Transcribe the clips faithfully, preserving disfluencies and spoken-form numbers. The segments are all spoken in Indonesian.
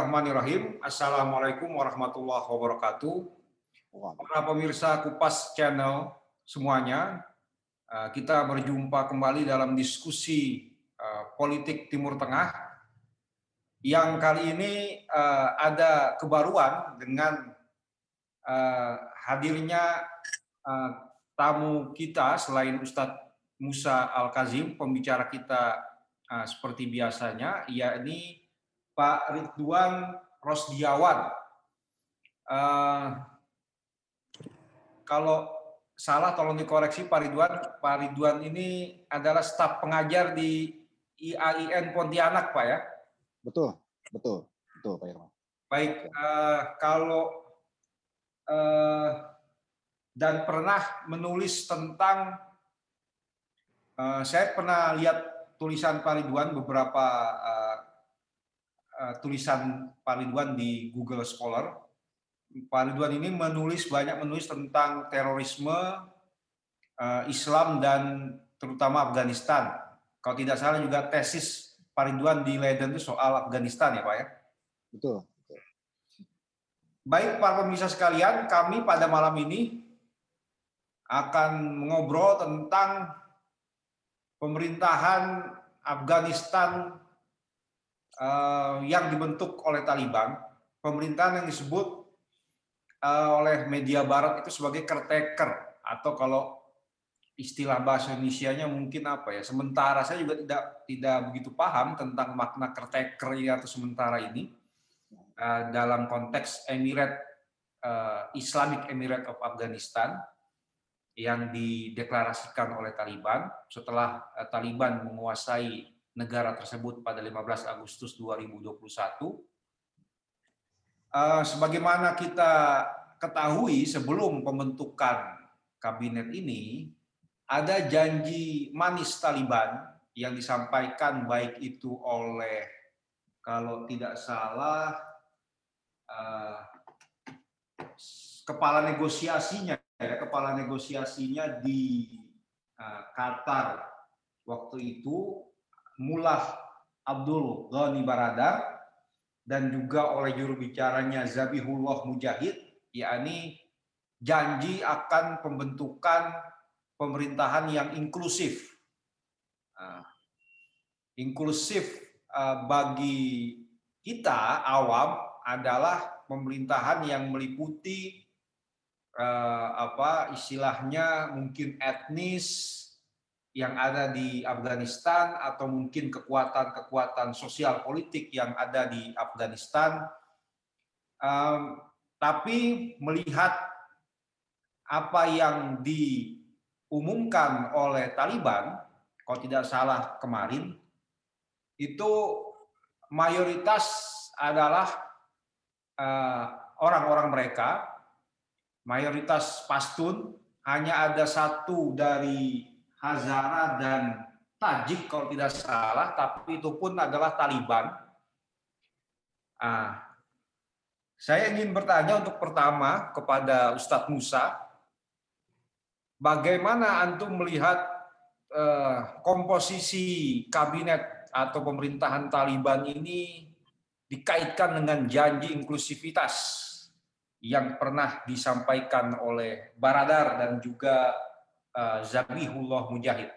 Bismillahirrahmanirrahim. Assalamualaikum warahmatullahi wabarakatuh. Para pemirsa Kupas Channel semuanya, kita berjumpa kembali dalam diskusi politik Timur Tengah yang kali ini ada kebaruan dengan hadirnya tamu kita selain Ustadz Musa Al-Kazim, pembicara kita seperti biasanya, yakni Pak Ridwan Rosdiawan. Uh, kalau salah tolong dikoreksi Pak Ridwan. Pak Ridwan ini adalah staf pengajar di I A I N Pontianak, Pak ya? Betul, betul, betul Pak Irwan. Baik, uh, kalau uh, dan pernah menulis tentang, uh, saya pernah lihat tulisan Pak Ridwan beberapa uh, Uh, tulisan Pak Ridwan di Google Scholar. Pak Ridwan ini menulis banyak menulis tentang terorisme, uh, Islam dan terutama Afghanistan. Kalau tidak salah juga tesis Pak Ridwan di Leiden itu soal Afghanistan ya Pak ya. Betul. Baik para pemirsa sekalian, kami pada malam ini akan mengobrol tentang pemerintahan Afghanistan Uh, yang dibentuk oleh Taliban, pemerintahan yang disebut uh, oleh media Barat itu sebagai caretaker, atau kalau istilah bahasa Indonesianya mungkin apa ya? Sementara saya juga tidak tidak begitu paham tentang makna caretaker atau sementara ini uh, dalam konteks Emirat uh, Islamic Emirate of Afghanistan yang dideklarasikan oleh Taliban setelah uh, Taliban menguasai negara tersebut pada lima belas Agustus dua ribu dua puluh satu. Uh, sebagaimana kita ketahui sebelum pembentukan kabinet ini, ada janji manis Taliban yang disampaikan baik itu oleh, kalau tidak salah, uh, kepala negosiasinya, ya, kepala negosiasinya di uh, Qatar waktu itu, Mullah Abdul Ghani Baradar, dan juga oleh juru bicaranya Zabihullah Mujahid, yakni janji akan pembentukan pemerintahan yang inklusif. Nah, inklusif uh, bagi kita awam adalah pemerintahan yang meliputi uh, apa istilahnya mungkin etnis yang ada di Afghanistan, atau mungkin kekuatan-kekuatan sosial politik yang ada di Afghanistan. Um, tapi melihat apa yang diumumkan oleh Taliban, kalau tidak salah kemarin, itu mayoritas adalah orang-orang uh, mereka, mayoritas Pashtun, hanya ada satu dari Hazara dan Tajik kalau tidak salah, tapi itu pun adalah Taliban. Ah, saya ingin bertanya untuk pertama kepada Ustadz Musa, bagaimana antum melihat eh, komposisi kabinet atau pemerintahan Taliban ini dikaitkan dengan janji inklusivitas yang pernah disampaikan oleh Baradar dan juga Uh, Zabihullah Mujahid.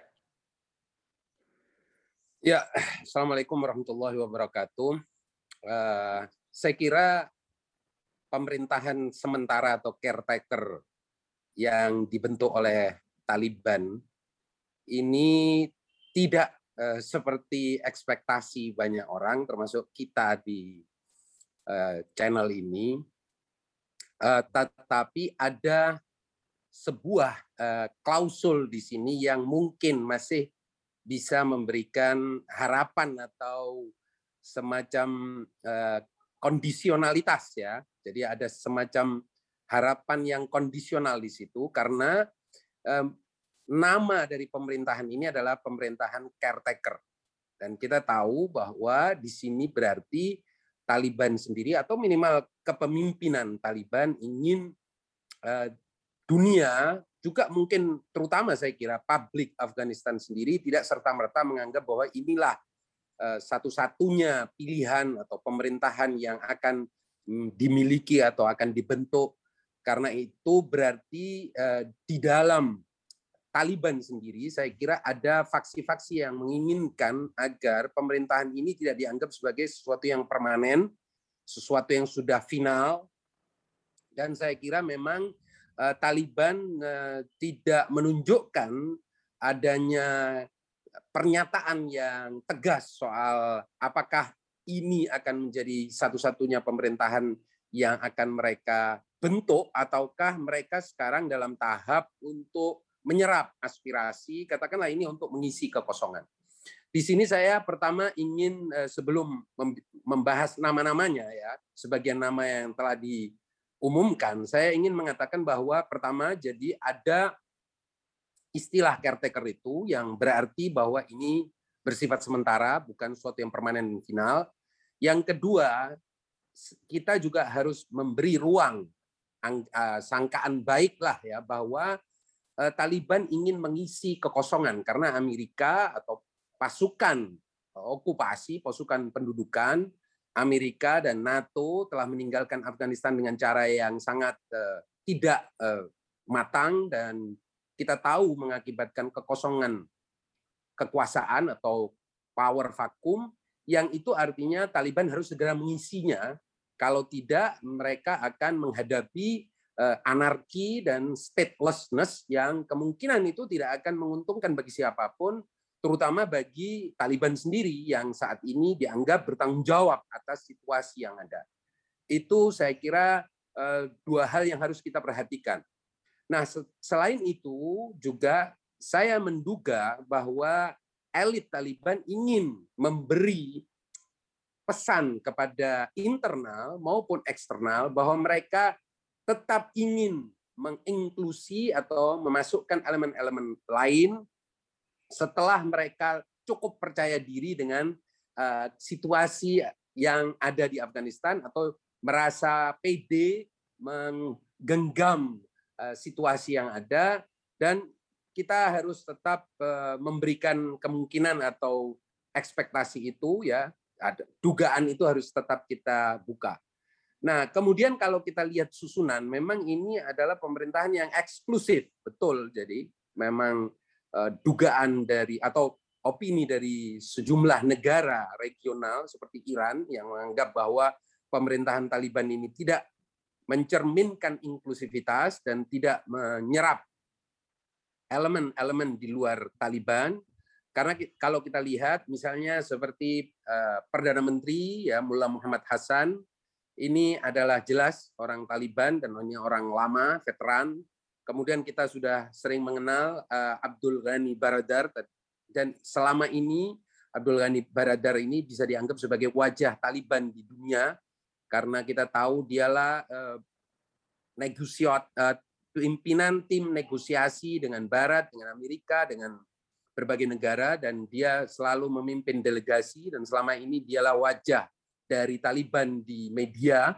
Ya, Assalamualaikum warahmatullahi wabarakatuh. Uh, saya kira pemerintahan sementara atau caretaker yang dibentuk oleh Taliban ini tidak uh, seperti ekspektasi banyak orang, termasuk kita di uh, channel ini, uh, tetapi ada sebuah uh, klausul di sini yang mungkin masih bisa memberikan harapan atau semacam uh, kondisionalitas ya. Jadi ada semacam harapan yang kondisional di situ karena um, nama dari pemerintahan ini adalah pemerintahan caretaker. Dan kita tahu bahwa di sini berarti Taliban sendiri atau minimal kepemimpinan Taliban ingin uh, dunia juga mungkin terutama saya kira publik Afghanistan sendiri tidak serta-merta menganggap bahwa inilah satu-satunya pilihan atau pemerintahan yang akan dimiliki atau akan dibentuk. Karena itu berarti di dalam Taliban sendiri, saya kira ada faksi-faksi yang menginginkan agar pemerintahan ini tidak dianggap sebagai sesuatu yang permanen, sesuatu yang sudah final. Dan saya kira memang uh, Taliban uh, tidak menunjukkan adanya pernyataan yang tegas soal apakah ini akan menjadi satu-satunya pemerintahan yang akan mereka bentuk, ataukah mereka sekarang dalam tahap untuk menyerap aspirasi, katakanlah ini untuk mengisi kekosongan. Di sini saya pertama ingin sebelum membahas nama-namanya ya, sebagian nama yang telah diumumkan, saya ingin mengatakan bahwa pertama jadi ada istilah caretaker itu yang berarti bahwa ini bersifat sementara, bukan sesuatu yang permanen dan final. Yang kedua, kita juga harus memberi ruang sangkaan baik lah ya bahwa Taliban ingin mengisi kekosongan karena Amerika atau pasukan okupasi, pasukan pendudukan Amerika dan NATO telah meninggalkan Afghanistan dengan cara yang sangat uh, tidak uh, matang dan kita tahu mengakibatkan kekosongan kekuasaan atau power vakum yang itu artinya Taliban harus segera mengisinya. Kalau tidak mereka akan menghadapi anarki dan statelessness yang kemungkinan itu tidak akan menguntungkan bagi siapapun, terutama bagi Taliban sendiri yang saat ini dianggap bertanggung jawab atas situasi yang ada. Itu saya kira dua hal yang harus kita perhatikan. Nah, selain itu juga saya menduga bahwa elit Taliban ingin memberi pesan kepada internal maupun eksternal bahwa mereka tetap ingin menginklusi atau memasukkan elemen-elemen lain setelah mereka cukup percaya diri dengan uh, situasi yang ada di Afghanistan atau merasa pede menggenggam uh, situasi yang ada, dan kita harus tetap uh, memberikan kemungkinan atau ekspektasi itu ya, ada, dugaan itu harus tetap kita buka. Nah, kemudian kalau kita lihat susunan, memang ini adalah pemerintahan yang eksklusif, betul. Jadi memang uh, dugaan dari atau opini dari sejumlah negara regional seperti Iran yang menganggap bahwa pemerintahan Taliban ini tidak mencerminkan inklusivitas dan tidak menyerap elemen-elemen di luar Taliban. Karena kalau kita lihat misalnya seperti uh, Perdana Menteri ya Mullah Muhammad Hasan, ini adalah jelas orang Taliban dan hanya orang lama, veteran. Kemudian kita sudah sering mengenal uh, Abdul Ghani Baradar, dan selama ini Abdul Ghani Baradar ini bisa dianggap sebagai wajah Taliban di dunia karena kita tahu dialah uh, negosiat uh, pimpinan tim negosiasi dengan Barat, dengan Amerika, dengan berbagai negara, dan dia selalu memimpin delegasi dan selama ini dialah wajah dari Taliban di media,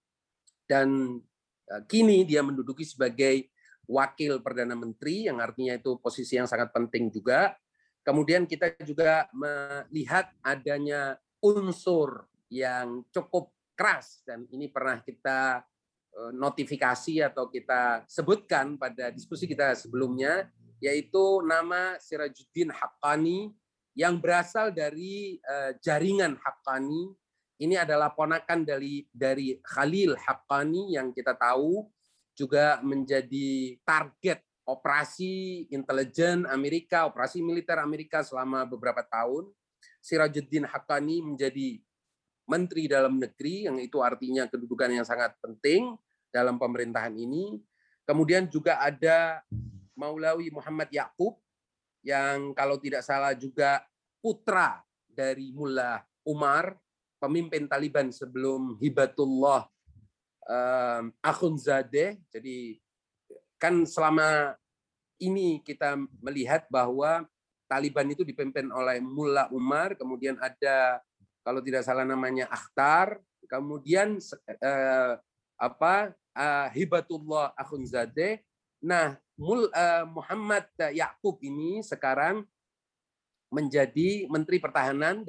dan kini dia menduduki sebagai wakil Perdana Menteri yang artinya itu posisi yang sangat penting juga. Kemudian kita juga melihat adanya unsur yang cukup keras dan ini pernah kita notifikasi atau kita sebutkan pada diskusi kita sebelumnya, yaitu nama Sirajuddin Haqqani yang berasal dari jaringan Haqqani. Ini adalah ponakan dari dari Khalil Haqqani yang kita tahu juga menjadi target operasi intelijen Amerika, operasi militer Amerika selama beberapa tahun. Sirajuddin Haqqani menjadi Menteri Dalam Negeri, yang itu artinya kedudukan yang sangat penting dalam pemerintahan ini. Kemudian juga ada Maulawi Muhammad Yaqub, yang kalau tidak salah juga putra dari Mullah Umar, pemimpin Taliban sebelum Hibatullah um, Akhundzadeh. Jadi kan selama ini kita melihat bahwa Taliban itu dipimpin oleh Mullah Umar, kemudian ada kalau tidak salah namanya Akhtar, kemudian uh, apa uh, Hibatullah Akhundzadeh. Nah, Mul, uh, Muhammad Yaqub ini sekarang menjadi Menteri Pertahanan dan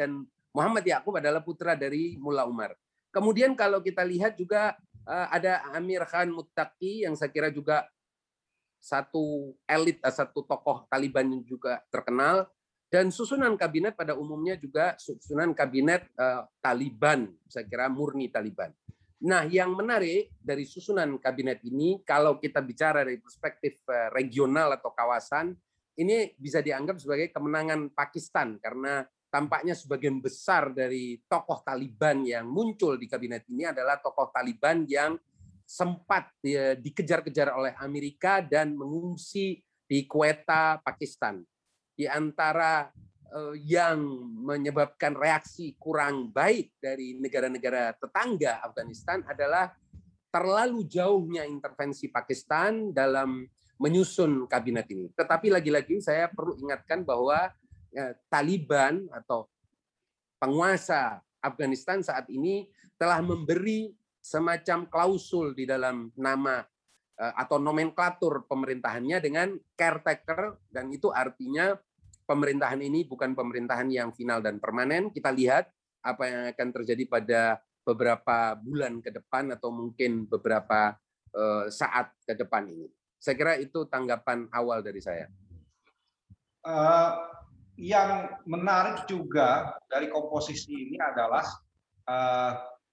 Muhammad Yaqub adalah putra dari Mullah Umar. Kemudian kalau kita lihat juga ada Amir Khan Muttaqi yang saya kira juga satu elit, satu tokoh Taliban yang juga terkenal. Dan susunan kabinet pada umumnya juga susunan kabinet uh, Taliban, saya kira murni Taliban. Nah, yang menarik dari susunan kabinet ini, kalau kita bicara dari perspektif uh, regional atau kawasan, ini bisa dianggap sebagai kemenangan Pakistan karena tampaknya sebagian besar dari tokoh Taliban yang muncul di kabinet ini adalah tokoh Taliban yang sempat uh, dikejar-kejar oleh Amerika dan mengungsi di Quetta, Pakistan. Di antara uh, yang menyebabkan reaksi kurang baik dari negara-negara tetangga Afghanistan adalah terlalu jauhnya intervensi Pakistan dalam menyusun kabinet ini. Tetapi lagi-lagi saya perlu ingatkan bahwa uh, Taliban atau penguasa Afghanistan saat ini telah memberi semacam klausul di dalam nama uh, atau nomenklatur pemerintahannya dengan caretaker, dan itu artinya pemerintahan ini bukan pemerintahan yang final dan permanen. Kita lihat apa yang akan terjadi pada beberapa bulan ke depan atau mungkin beberapa uh, saat ke depan ini. Saya kira itu tanggapan awal dari saya. Uh, yang menarik juga dari komposisi ini adalah uh,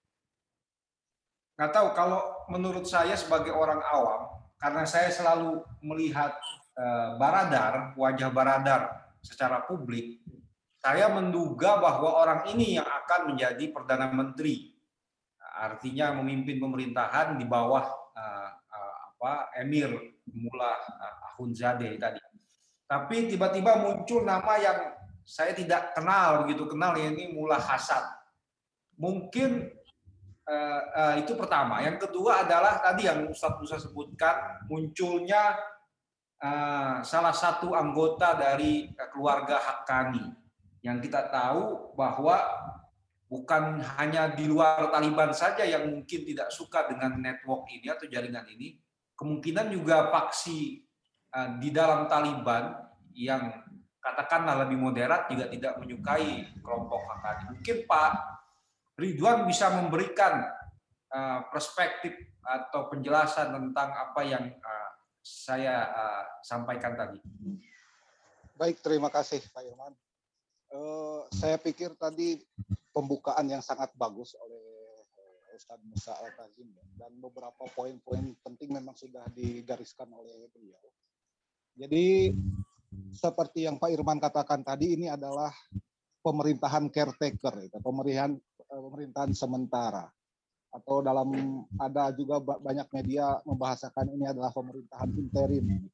nggak tahu, kalau menurut saya sebagai orang awam, karena saya selalu melihat uh, Baradar, wajah Baradar secara publik, saya menduga bahwa orang ini yang akan menjadi Perdana Menteri, artinya memimpin pemerintahan di bawah uh, uh, apa, Emir Mullah uh, Akhundzadeh tadi. Tapi tiba-tiba muncul nama yang saya tidak kenal begitu kenal, ini Mullah Hasan. Mungkin uh, uh, itu pertama. Yang kedua adalah tadi yang Ustaz Musa sebutkan, munculnya Uh, salah satu anggota dari keluarga Haqqani yang kita tahu bahwa bukan hanya di luar Taliban saja yang mungkin tidak suka dengan network ini atau jaringan ini, kemungkinan juga faksi uh, di dalam Taliban yang katakanlah lebih moderat juga tidak menyukai kelompok Haqqani. Mungkin Pak Ridwan bisa memberikan uh, perspektif atau penjelasan tentang apa yang uh, saya uh, sampaikan tadi. Baik, terima kasih Pak Irman. Uh, saya pikir tadi pembukaan yang sangat bagus oleh Ustadz Musa Al-Kazim, dan beberapa poin-poin penting memang sudah digariskan oleh beliau. Jadi seperti yang Pak Irman katakan tadi, ini adalah pemerintahan caretaker, pemerintahan pemerintahan sementara. Atau dalam ada juga banyak media membahasakan ini adalah pemerintahan interim.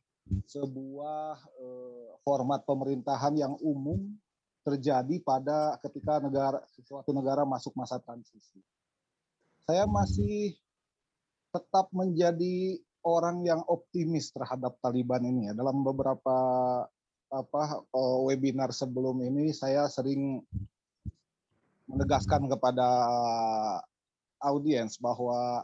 Sebuah eh, format pemerintahan yang umum terjadi pada ketika negara suatu negara masuk masa transisi. Saya masih tetap menjadi orang yang optimis terhadap Taliban ini. Dalam beberapa apa webinar sebelum ini saya sering menegaskan kepada audiens bahwa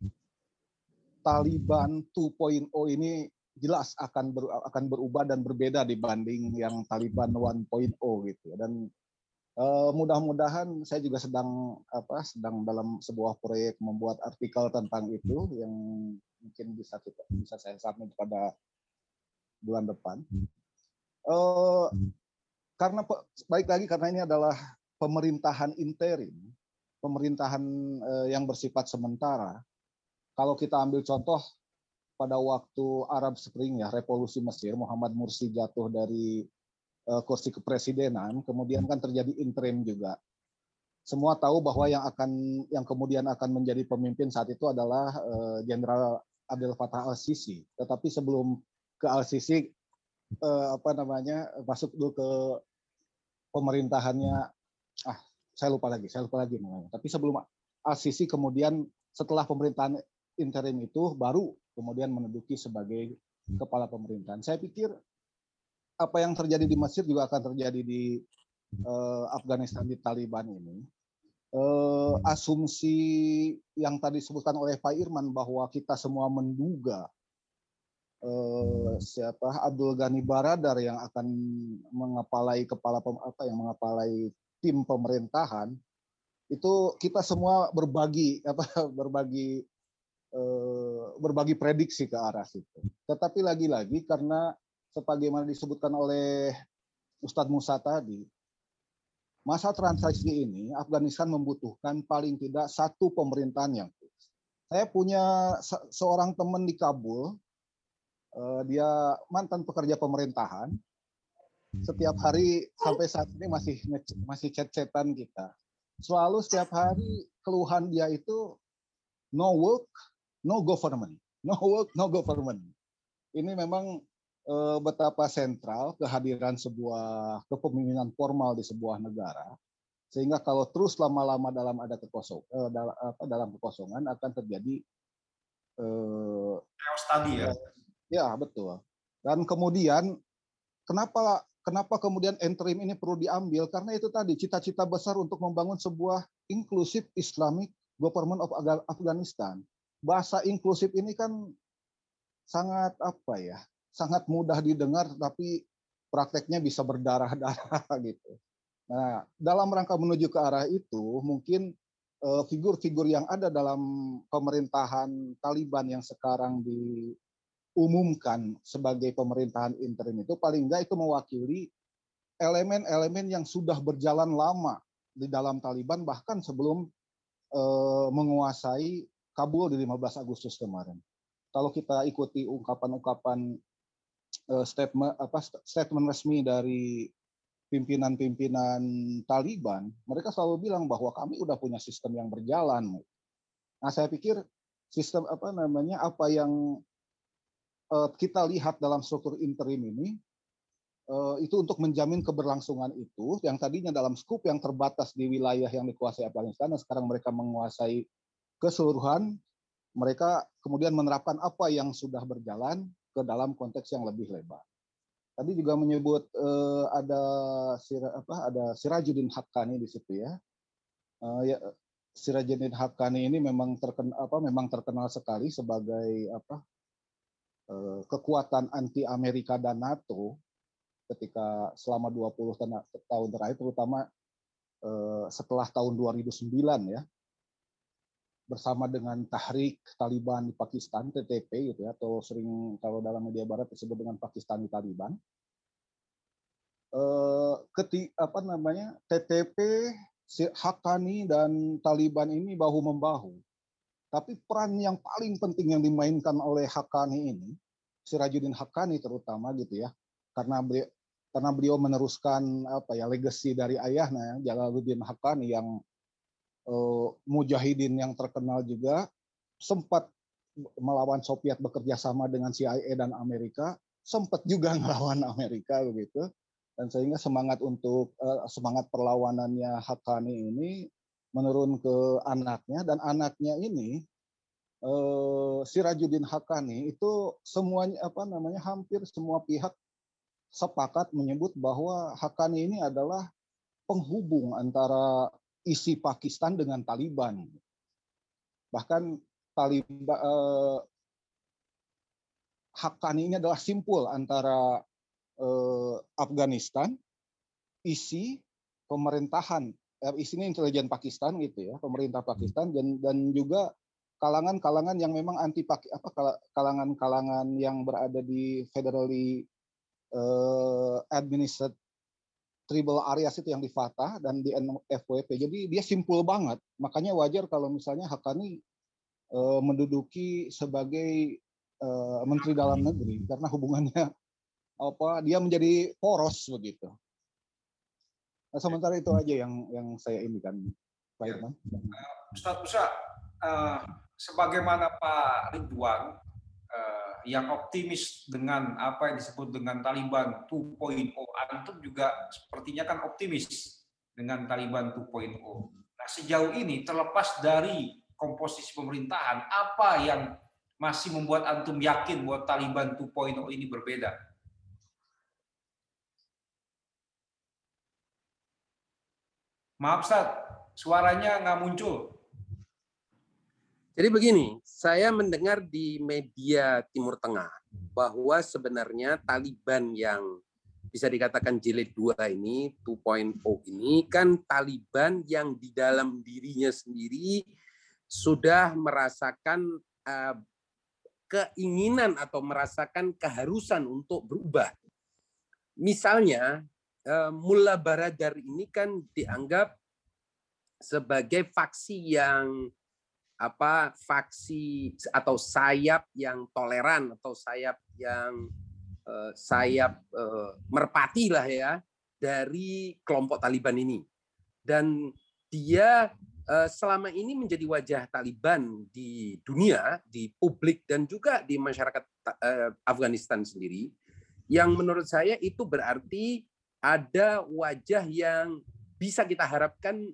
Taliban dua titik nol ini jelas akan ber, akan berubah dan berbeda dibanding yang Taliban satu titik nol gitu. Dan uh, mudah-mudahan saya juga sedang apa sedang dalam sebuah proyek membuat artikel tentang itu yang mungkin bisa kita, bisa saya submit pada bulan depan. Uh, karena baik lagi karena ini adalah pemerintahan interim. Pemerintahan eh, yang bersifat sementara. Kalau kita ambil contoh pada waktu Arab Spring ya, revolusi Mesir, Muhammad Mursi jatuh dari eh, kursi kepresidenan, kemudian kan terjadi interim juga. Semua tahu bahwa yang akan yang kemudian akan menjadi pemimpin saat itu adalah Jenderal eh, Abdel Fattah al-Sisi. Tetapi sebelum ke al-Sisi eh, apa namanya masuk dulu ke pemerintahannya, ah saya lupa lagi, saya lupa lagi namanya. Tapi sebelum al-Sisi kemudian setelah pemerintahan interim itu baru kemudian menduduki sebagai kepala pemerintahan. Saya pikir apa yang terjadi di Mesir juga akan terjadi di eh, Afghanistan, di Taliban ini. Eh, asumsi yang tadi disebutkan oleh Pak Irman bahwa kita semua menduga eh, siapa Abdul Ghani Baradar yang akan mengepalai kepala apa yang mengepalai tim pemerintahan itu kita semua berbagi apa berbagi eh, berbagi prediksi ke arah situ. Tetapi lagi-lagi karena sebagaimana disebutkan oleh Ustadz Musa tadi, masa transisi ini Afghanistan membutuhkan paling tidak satu pemerintahan yang fix. Saya punya se- seorang teman di Kabul, eh, dia mantan pekerja pemerintahan. Setiap hari sampai saat ini masih masih chat-chatan kita. Selalu setiap hari keluhan dia itu no work, no government, no work, no government. Ini memang eh, betapa sentral kehadiran sebuah kepemimpinan formal di sebuah negara, sehingga kalau terus lama-lama dalam ada kekosong, eh, dalam, apa, dalam kekosongan akan terjadi eh, chaos tadi ya. ya betul. Dan kemudian kenapa kenapa kemudian interim ini perlu diambil? Karena itu tadi cita-cita besar untuk membangun sebuah inklusif Islamic Government of Afghanistan. Bahasa inklusif ini kan sangat apa ya? Sangat mudah didengar, tapi prakteknya bisa berdarah-darah gitu. Nah, dalam rangka menuju ke arah itu, mungkin figur-figur yang ada dalam pemerintahan Taliban yang sekarang diumumkan sebagai pemerintahan interim itu paling enggak itu mewakili elemen-elemen yang sudah berjalan lama di dalam Taliban bahkan sebelum eh, menguasai Kabul di lima belas Agustus kemarin. Kalau kita ikuti ungkapan-ungkapan eh, statement apa statement resmi dari pimpinan-pimpinan Taliban, mereka selalu bilang bahwa kami udah punya sistem yang berjalan. Nah, saya pikir sistem apa namanya apa yang uh, kita lihat dalam struktur interim ini uh, itu untuk menjamin keberlangsungan itu yang tadinya dalam skup yang terbatas di wilayah yang dikuasai Afghanistan dan sekarang mereka menguasai keseluruhan, mereka kemudian menerapkan apa yang sudah berjalan ke dalam konteks yang lebih lebar. Tadi juga menyebut uh, ada sira, apa ada Sirajuddin Haqqani di situ ya. Uh, ya Sirajuddin Haqqani ini memang terkenal apa memang terkenal sekali sebagai apa uh, kekuatan anti Amerika dan NATO ketika selama dua puluh tahun terakhir, terutama uh, setelah tahun dua ribu sembilan ya, bersama dengan Tahrik Taliban di Pakistan T T P gitu ya, atau sering kalau dalam media barat disebut dengan Pakistani Taliban. Eh, keti, apa namanya T T P, Haqqani dan Taliban ini bahu membahu. Tapi peran yang paling penting yang dimainkan oleh Haqqani ini, Sirajuddin Haqqani terutama gitu ya, karena beliau karena beliau meneruskan apa ya legacy dari ayahnya Jalaluddin Haqqani yang Uh, mujahidin yang terkenal juga, sempat melawan Soviet bekerja sama dengan C I A dan Amerika, sempat juga melawan Amerika begitu, dan sehingga semangat untuk uh, semangat perlawanannya Haqqani ini menurun ke anaknya, dan anaknya ini uh, Sirajuddin Haqqani itu semuanya apa namanya hampir semua pihak sepakat menyebut bahwa Haqqani ini adalah penghubung antara isi Pakistan dengan Taliban. Bahkan Taliban eh, Haqqani ini adalah simpul antara eh, Afghanistan, isi pemerintahan, eh, isinya intelijen Pakistan gitu ya, pemerintah Pakistan, dan dan juga kalangan-kalangan yang memang anti apa kalangan-kalangan yang berada di federally eh, administered tribal areas itu yang di Fatah dan di N F W P. Jadi dia simpul banget. Makanya wajar kalau misalnya Haqqani e, menduduki sebagai e, Menteri Dalam Negeri karena hubungannya apa dia menjadi poros begitu. Nah, sementara itu aja yang yang saya ini kan Pak Irman. Ustaz Musa, uh, sebagaimana Pak Ridwan uh, yang optimis dengan apa yang disebut dengan Taliban dua titik nol, antum juga sepertinya kan optimis dengan Taliban dua titik nol. Nah, sejauh ini terlepas dari komposisi pemerintahan, apa yang masih membuat antum yakin bahwa Taliban dua titik nol ini berbeda? Maaf Ustaz, suaranya nggak muncul. Jadi begini, saya mendengar di media Timur Tengah bahwa sebenarnya Taliban yang bisa dikatakan jilid dua ini, dua titik nol ini kan Taliban yang di dalam dirinya sendiri sudah merasakan uh, keinginan atau merasakan keharusan untuk berubah. Misalnya, uh, Mullah Baradar ini kan dianggap sebagai faksi yang apa faksi atau sayap yang toleran atau sayap yang uh, sayap uh, merpati lah ya dari kelompok Taliban ini, dan dia uh, selama ini menjadi wajah Taliban di dunia, di publik dan juga di masyarakat uh, Afghanistan sendiri, yang menurut saya itu berarti ada wajah yang bisa kita harapkan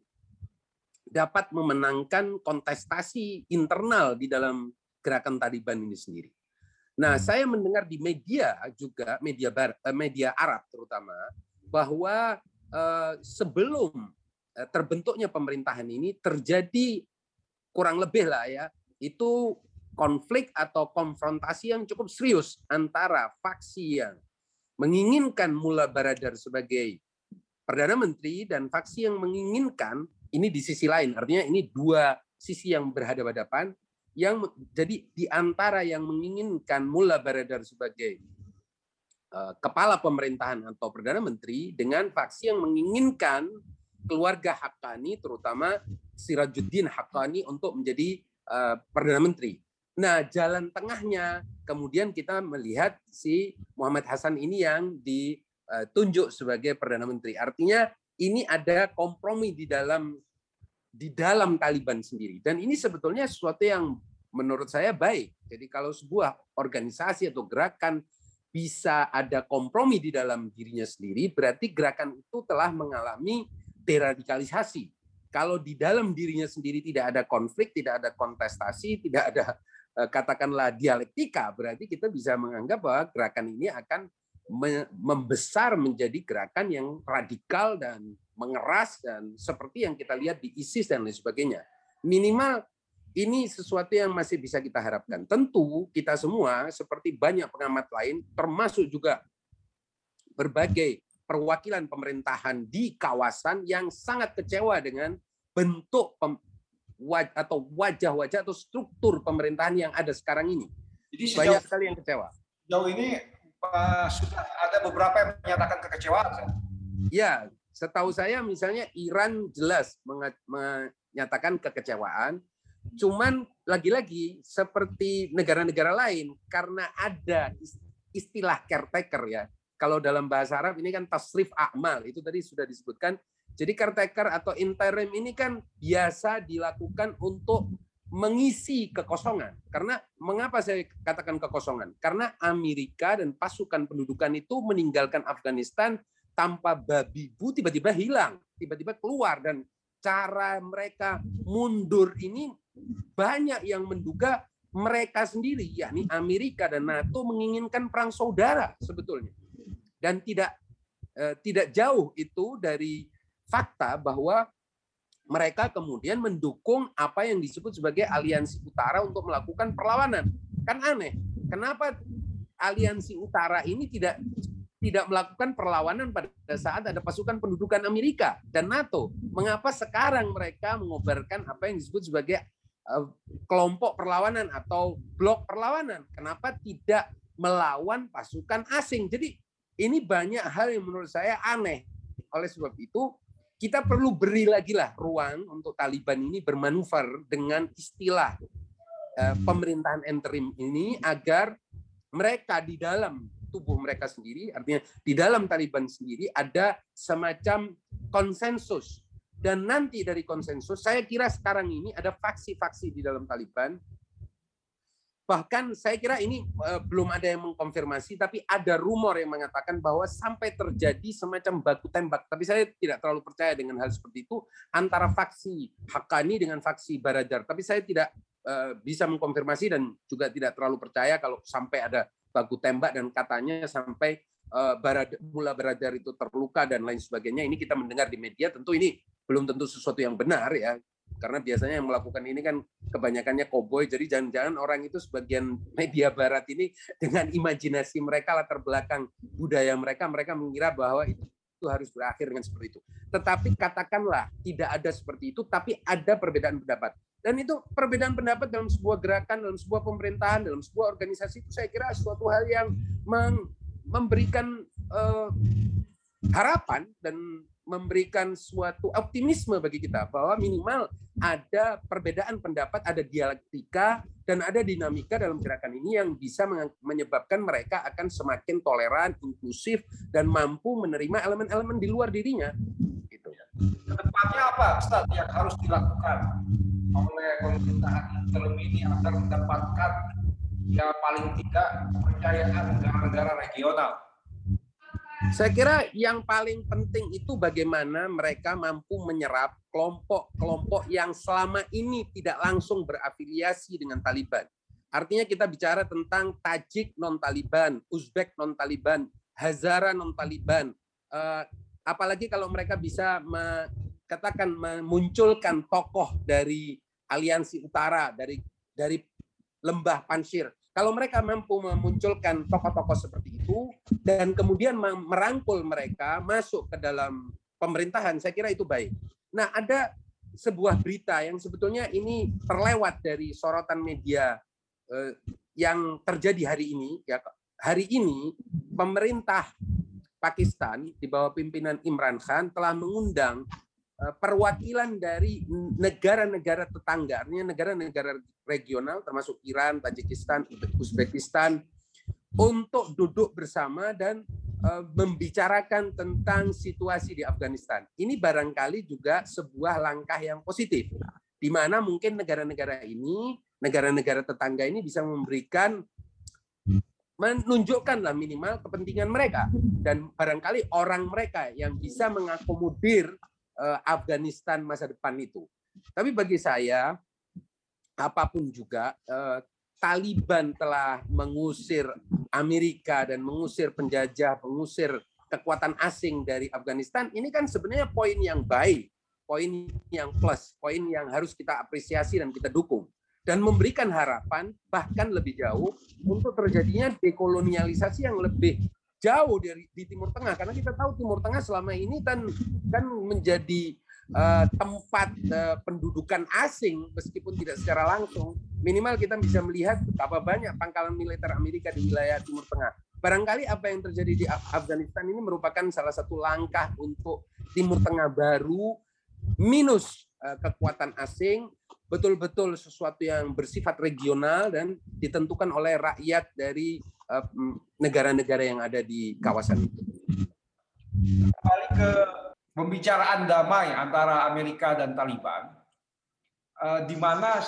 dapat memenangkan kontestasi internal di dalam gerakan Taliban ini sendiri. Nah, saya mendengar di media juga, media bar, media Arab terutama, bahwa eh, sebelum eh, terbentuknya pemerintahan ini terjadi kurang lebih lah ya, itu konflik atau konfrontasi yang cukup serius antara faksi yang menginginkan Mullah Baradar sebagai Perdana Menteri dan faksi yang menginginkan ini di sisi lain, artinya ini dua sisi yang berhadapan-hadapan, yang jadi di antara yang menginginkan Mullah Baradar sebagai uh, kepala pemerintahan atau Perdana Menteri dengan faksi yang menginginkan keluarga Haqqani, terutama Sirajuddin Haqqani untuk menjadi uh, Perdana Menteri. Nah, jalan tengahnya kemudian kita melihat si Muhammad Hasan ini yang ditunjuk sebagai Perdana Menteri. Artinya ini ada kompromi di dalam di dalam Taliban sendiri, dan ini sebetulnya sesuatu yang menurut saya baik. Jadi kalau sebuah organisasi atau gerakan bisa ada kompromi di dalam dirinya sendiri, berarti gerakan itu telah mengalami deradikalisasi. Kalau di dalam dirinya sendiri tidak ada konflik, tidak ada kontestasi, tidak ada katakanlah dialektika, berarti kita bisa menganggap bahwa gerakan ini akan membesar menjadi gerakan yang radikal dan mengeras, dan seperti yang kita lihat di ISIS dan lain sebagainya. Minimal ini sesuatu yang masih bisa kita harapkan. Tentu kita semua seperti banyak pengamat lain, termasuk juga berbagai perwakilan pemerintahan di kawasan yang sangat kecewa dengan bentuk pem, waj, atau wajah-wajah atau struktur pemerintahan yang ada sekarang ini. Jadi sejauh, banyak sekali yang kecewa. Sejauh ini uh, sudah ada beberapa yang menyatakan kekecewaan. Ya, setahu saya misalnya Iran jelas menyatakan kekecewaan, cuman lagi-lagi seperti negara-negara lain karena ada istilah caretaker ya. Kalau dalam bahasa Arab ini kan tasrif a'mal, itu tadi sudah disebutkan. Jadi caretaker atau interim ini kan biasa dilakukan untuk mengisi kekosongan. Karena mengapa saya katakan kekosongan? Karena Amerika dan pasukan pendudukan itu meninggalkan Afghanistan tanpa babi bu, tiba-tiba hilang, tiba-tiba keluar, dan cara mereka mundur ini banyak yang menduga mereka sendiri, yakni Amerika dan NATO menginginkan perang saudara sebetulnya, dan tidak eh, tidak jauh itu dari fakta bahwa mereka kemudian mendukung apa yang disebut sebagai aliansi utara untuk melakukan perlawanan. Kan aneh, kenapa aliansi utara ini tidak tidak melakukan perlawanan pada saat ada pasukan pendudukan Amerika dan NATO? Mengapa sekarang mereka mengobarkan apa yang disebut sebagai uh, kelompok perlawanan atau blok perlawanan? Kenapa tidak melawan pasukan asing? Jadi ini banyak hal yang menurut saya aneh. Oleh sebab itu, kita perlu beri lagi lah ruang untuk Taliban ini bermanuver dengan istilah uh, pemerintahan interim ini agar mereka di dalam tubuh mereka sendiri, artinya di dalam Taliban sendiri ada semacam konsensus. Dan nanti dari konsensus, saya kira sekarang ini ada faksi-faksi di dalam Taliban. Bahkan saya kira ini uh, belum ada yang mengkonfirmasi, tapi ada rumor yang mengatakan bahwa sampai terjadi semacam baku tembak. Tapi saya tidak terlalu percaya dengan hal seperti itu antara faksi Haqqani dengan faksi Baradar. Tapi saya tidak uh, bisa mengkonfirmasi dan juga tidak terlalu percaya kalau sampai ada baku tembak dan katanya sampai uh, Baradar, Mullah Baradar itu terluka dan lain sebagainya. Ini kita mendengar di media, tentu ini belum tentu sesuatu yang benar ya. karena biasanya yang melakukan ini kan kebanyakannya koboi, jadi jangan-jangan orang itu sebagian media barat ini dengan imajinasi mereka, latar belakang budaya mereka, mereka mengira bahwa itu itu harus berakhir dengan seperti itu. Tetapi katakanlah tidak ada seperti itu, tapi ada perbedaan pendapat. Dan itu perbedaan pendapat dalam sebuah gerakan, dalam sebuah pemerintahan, dalam sebuah organisasi itu saya kira suatu hal yang memberikan uh, harapan dan memberikan suatu optimisme bagi kita bahwa minimal ada perbedaan pendapat, ada dialektika, dan ada dinamika dalam gerakan ini yang bisa menyebabkan mereka akan semakin toleran, inklusif, dan mampu menerima elemen-elemen di luar dirinya. Gitu. Kedepannya apa, Ustaz, yang harus dilakukan oleh pemerintahan interim ini agar mendapatkan ya paling tidak kepercayaan negara-negara regional? Saya kira yang paling penting itu bagaimana mereka mampu menyerap kelompok-kelompok yang selama ini tidak langsung berafiliasi dengan Taliban. Artinya kita bicara tentang Tajik non-Taliban, Uzbek non-Taliban, Hazara non-Taliban. Apalagi kalau mereka bisa katakan memunculkan tokoh dari Aliansi Utara, dari dari Lembah Panjshir. Kalau mereka mampu memunculkan tokoh-tokoh seperti itu dan kemudian merangkul mereka masuk ke dalam pemerintahan, saya kira itu baik. Nah, ada sebuah berita yang sebetulnya ini terlewat dari sorotan media eh, yang terjadi hari ini. Ya, hari ini pemerintah Pakistan di bawah pimpinan Imran Khan telah mengundang perwakilan dari negara-negara tetangga, artinya negara-negara regional termasuk Iran, Tajikistan, Uzbekistan, untuk duduk bersama dan uh, membicarakan tentang situasi di Afghanistan. Ini barangkali juga sebuah langkah yang positif, di mana mungkin negara-negara ini, negara-negara tetangga ini bisa memberikan, menunjukkanlah minimal kepentingan mereka, dan barangkali orang mereka yang bisa mengakomodir Afghanistan masa depan itu. Tapi bagi saya, apapun juga, eh, Taliban telah mengusir Amerika dan mengusir penjajah, mengusir kekuatan asing dari Afghanistan. Ini kan sebenarnya poin yang baik, poin yang plus, poin yang harus kita apresiasi dan kita dukung. Dan memberikan harapan bahkan lebih jauh untuk terjadinya dekolonialisasi yang lebih jauh dari di Timur Tengah, karena kita tahu Timur Tengah selama ini kan kan menjadi uh, tempat uh, pendudukan asing meskipun tidak secara langsung. Minimal kita bisa melihat betapa banyak pangkalan militer Amerika di wilayah Timur Tengah. Barangkali apa yang terjadi di Afghanistan ini merupakan salah satu langkah untuk Timur Tengah baru minus uh, kekuatan asing, betul-betul sesuatu yang bersifat regional dan ditentukan oleh rakyat dari negara-negara yang ada di kawasan itu. Kembali ke pembicaraan damai antara Amerika dan Taliban, di mana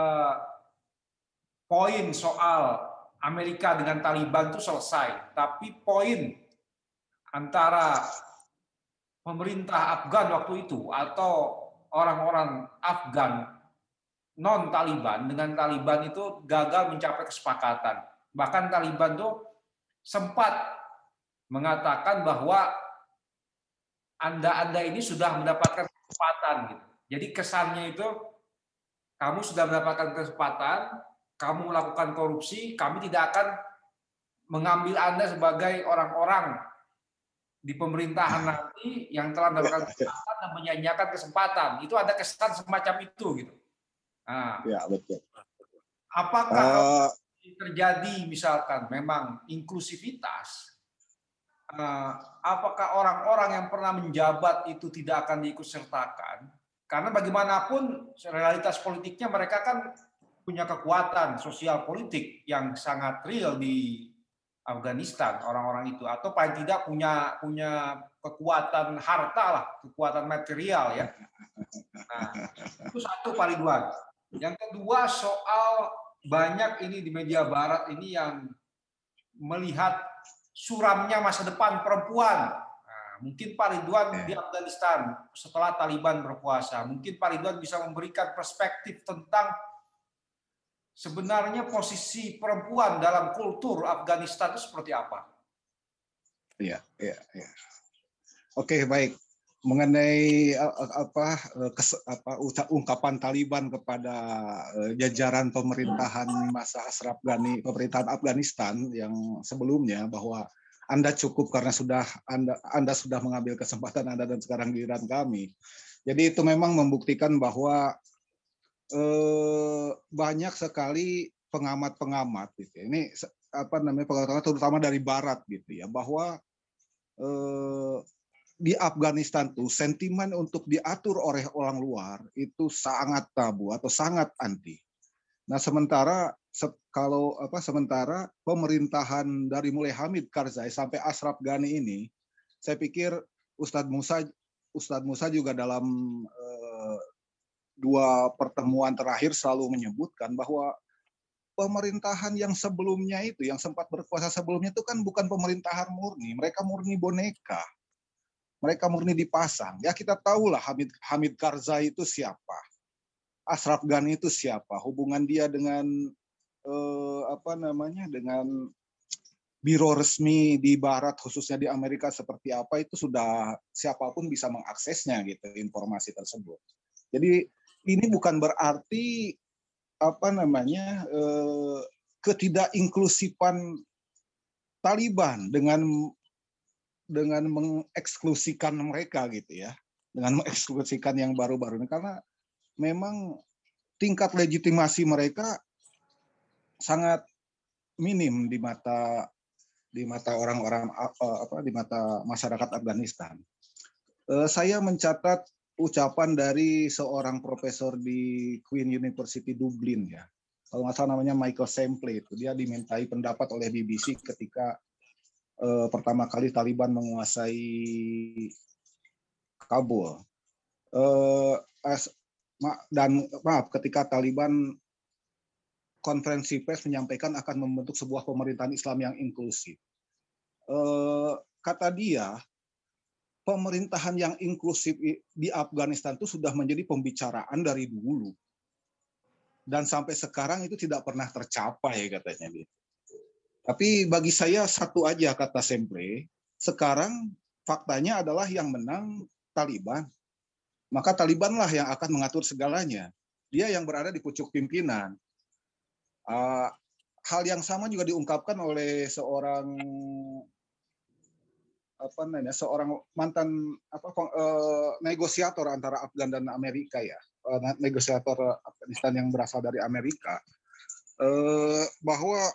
poin soal Amerika dengan Taliban itu selesai, tapi poin antara pemerintah Afgan waktu itu atau orang-orang Afgan non-Taliban dengan Taliban itu gagal mencapai kesepakatan. Bahkan Taliban tuh sempat mengatakan bahwa Anda-Anda ini sudah mendapatkan kesempatan. Gitu. Jadi kesannya itu kamu sudah mendapatkan kesempatan, kamu melakukan korupsi, kami tidak akan mengambil Anda sebagai orang-orang di pemerintahan nanti yang telah mendapatkan kesempatan dan menyanyiakan kesempatan. Itu ada kesan semacam itu. Gitu. Nah, ya, betul. Apakah uh... terjadi misalkan memang inklusivitas, apakah orang-orang yang pernah menjabat itu tidak akan diikutsertakan? Karena bagaimanapun realitas politiknya mereka kan punya kekuatan sosial politik yang sangat real di Afghanistan, orang-orang itu, atau paling tidak punya punya kekuatan harta lah, kekuatan material ya. Nah, itu satu Pak Ridwan. Yang kedua soal banyak ini di media barat ini yang melihat suramnya masa depan perempuan. Nah, mungkin Pak Ridwan di Afghanistan setelah Taliban berkuasa, mungkin Pak Ridwan bisa memberikan perspektif tentang sebenarnya posisi perempuan dalam kultur Afghanistan itu seperti apa? Iya, iya, iya. Oke, baik. mengenai apa, kes, apa ungkapan Taliban kepada jajaran pemerintahan masa Ashraf Ghani, pemerintahan Afghanistan yang sebelumnya, bahwa Anda cukup karena sudah Anda Anda sudah mengambil kesempatan Anda dan sekarang giliran kami. Jadi itu memang membuktikan bahwa eh, banyak sekali pengamat-pengamat gitu. Ini apa namanya, pengamat terutama dari Barat gitu ya, bahwa eh, di Afghanistan tuh sentimen untuk diatur oleh orang luar itu sangat tabu atau sangat anti. Nah, sementara se kalau apa sementara pemerintahan dari mulai Hamid Karzai sampai Ashraf Ghani ini, saya pikir Ustadz Musa Ustadz Musa juga dalam eh, dua pertemuan terakhir selalu menyebutkan bahwa pemerintahan yang sebelumnya itu, yang sempat berkuasa sebelumnya itu kan bukan pemerintahan murni, mereka murni boneka. Mereka murni dipasang. Ya kita tahulah Hamid, Hamid Karzai itu siapa. Ashraf Ghani itu siapa. Hubungan dia dengan eh, apa namanya, dengan biro resmi di Barat, khususnya di Amerika seperti apa, itu sudah siapapun bisa mengaksesnya gitu, informasi tersebut. Jadi ini bukan berarti apa namanya eh, ketidakinklusifan Taliban dengan dengan mengeksklusikan mereka gitu ya, dengan mengeksklusikan yang baru-baru ini, karena memang tingkat legitimasi mereka sangat minim di mata di mata orang-orang apa di mata masyarakat Afghanistan. Saya mencatat ucapan dari seorang profesor di Queen University Dublin ya, kalau nggak salah namanya Michael Semple, itu dia dimintai pendapat oleh B B C ketika Uh, pertama kali Taliban menguasai Kabul. Uh, as, ma, dan maaf, ketika Taliban konferensi pers menyampaikan akan membentuk sebuah pemerintahan Islam yang inklusif. Uh, kata dia, pemerintahan yang inklusif di Afghanistan itu sudah menjadi pembicaraan dari dulu. Dan sampai sekarang itu tidak pernah tercapai, katanya dia. Tapi bagi saya satu aja, kata Semple, sekarang faktanya adalah yang menang Taliban. Maka Talibanlah yang akan mengatur segalanya. Dia yang berada di pucuk pimpinan. Uh, hal yang sama juga diungkapkan oleh seorang apa namanya, seorang mantan apa uh, negosiator antara Afgan dan Amerika ya, uh, negosiator Afghanistan yang berasal dari Amerika, uh, bahwa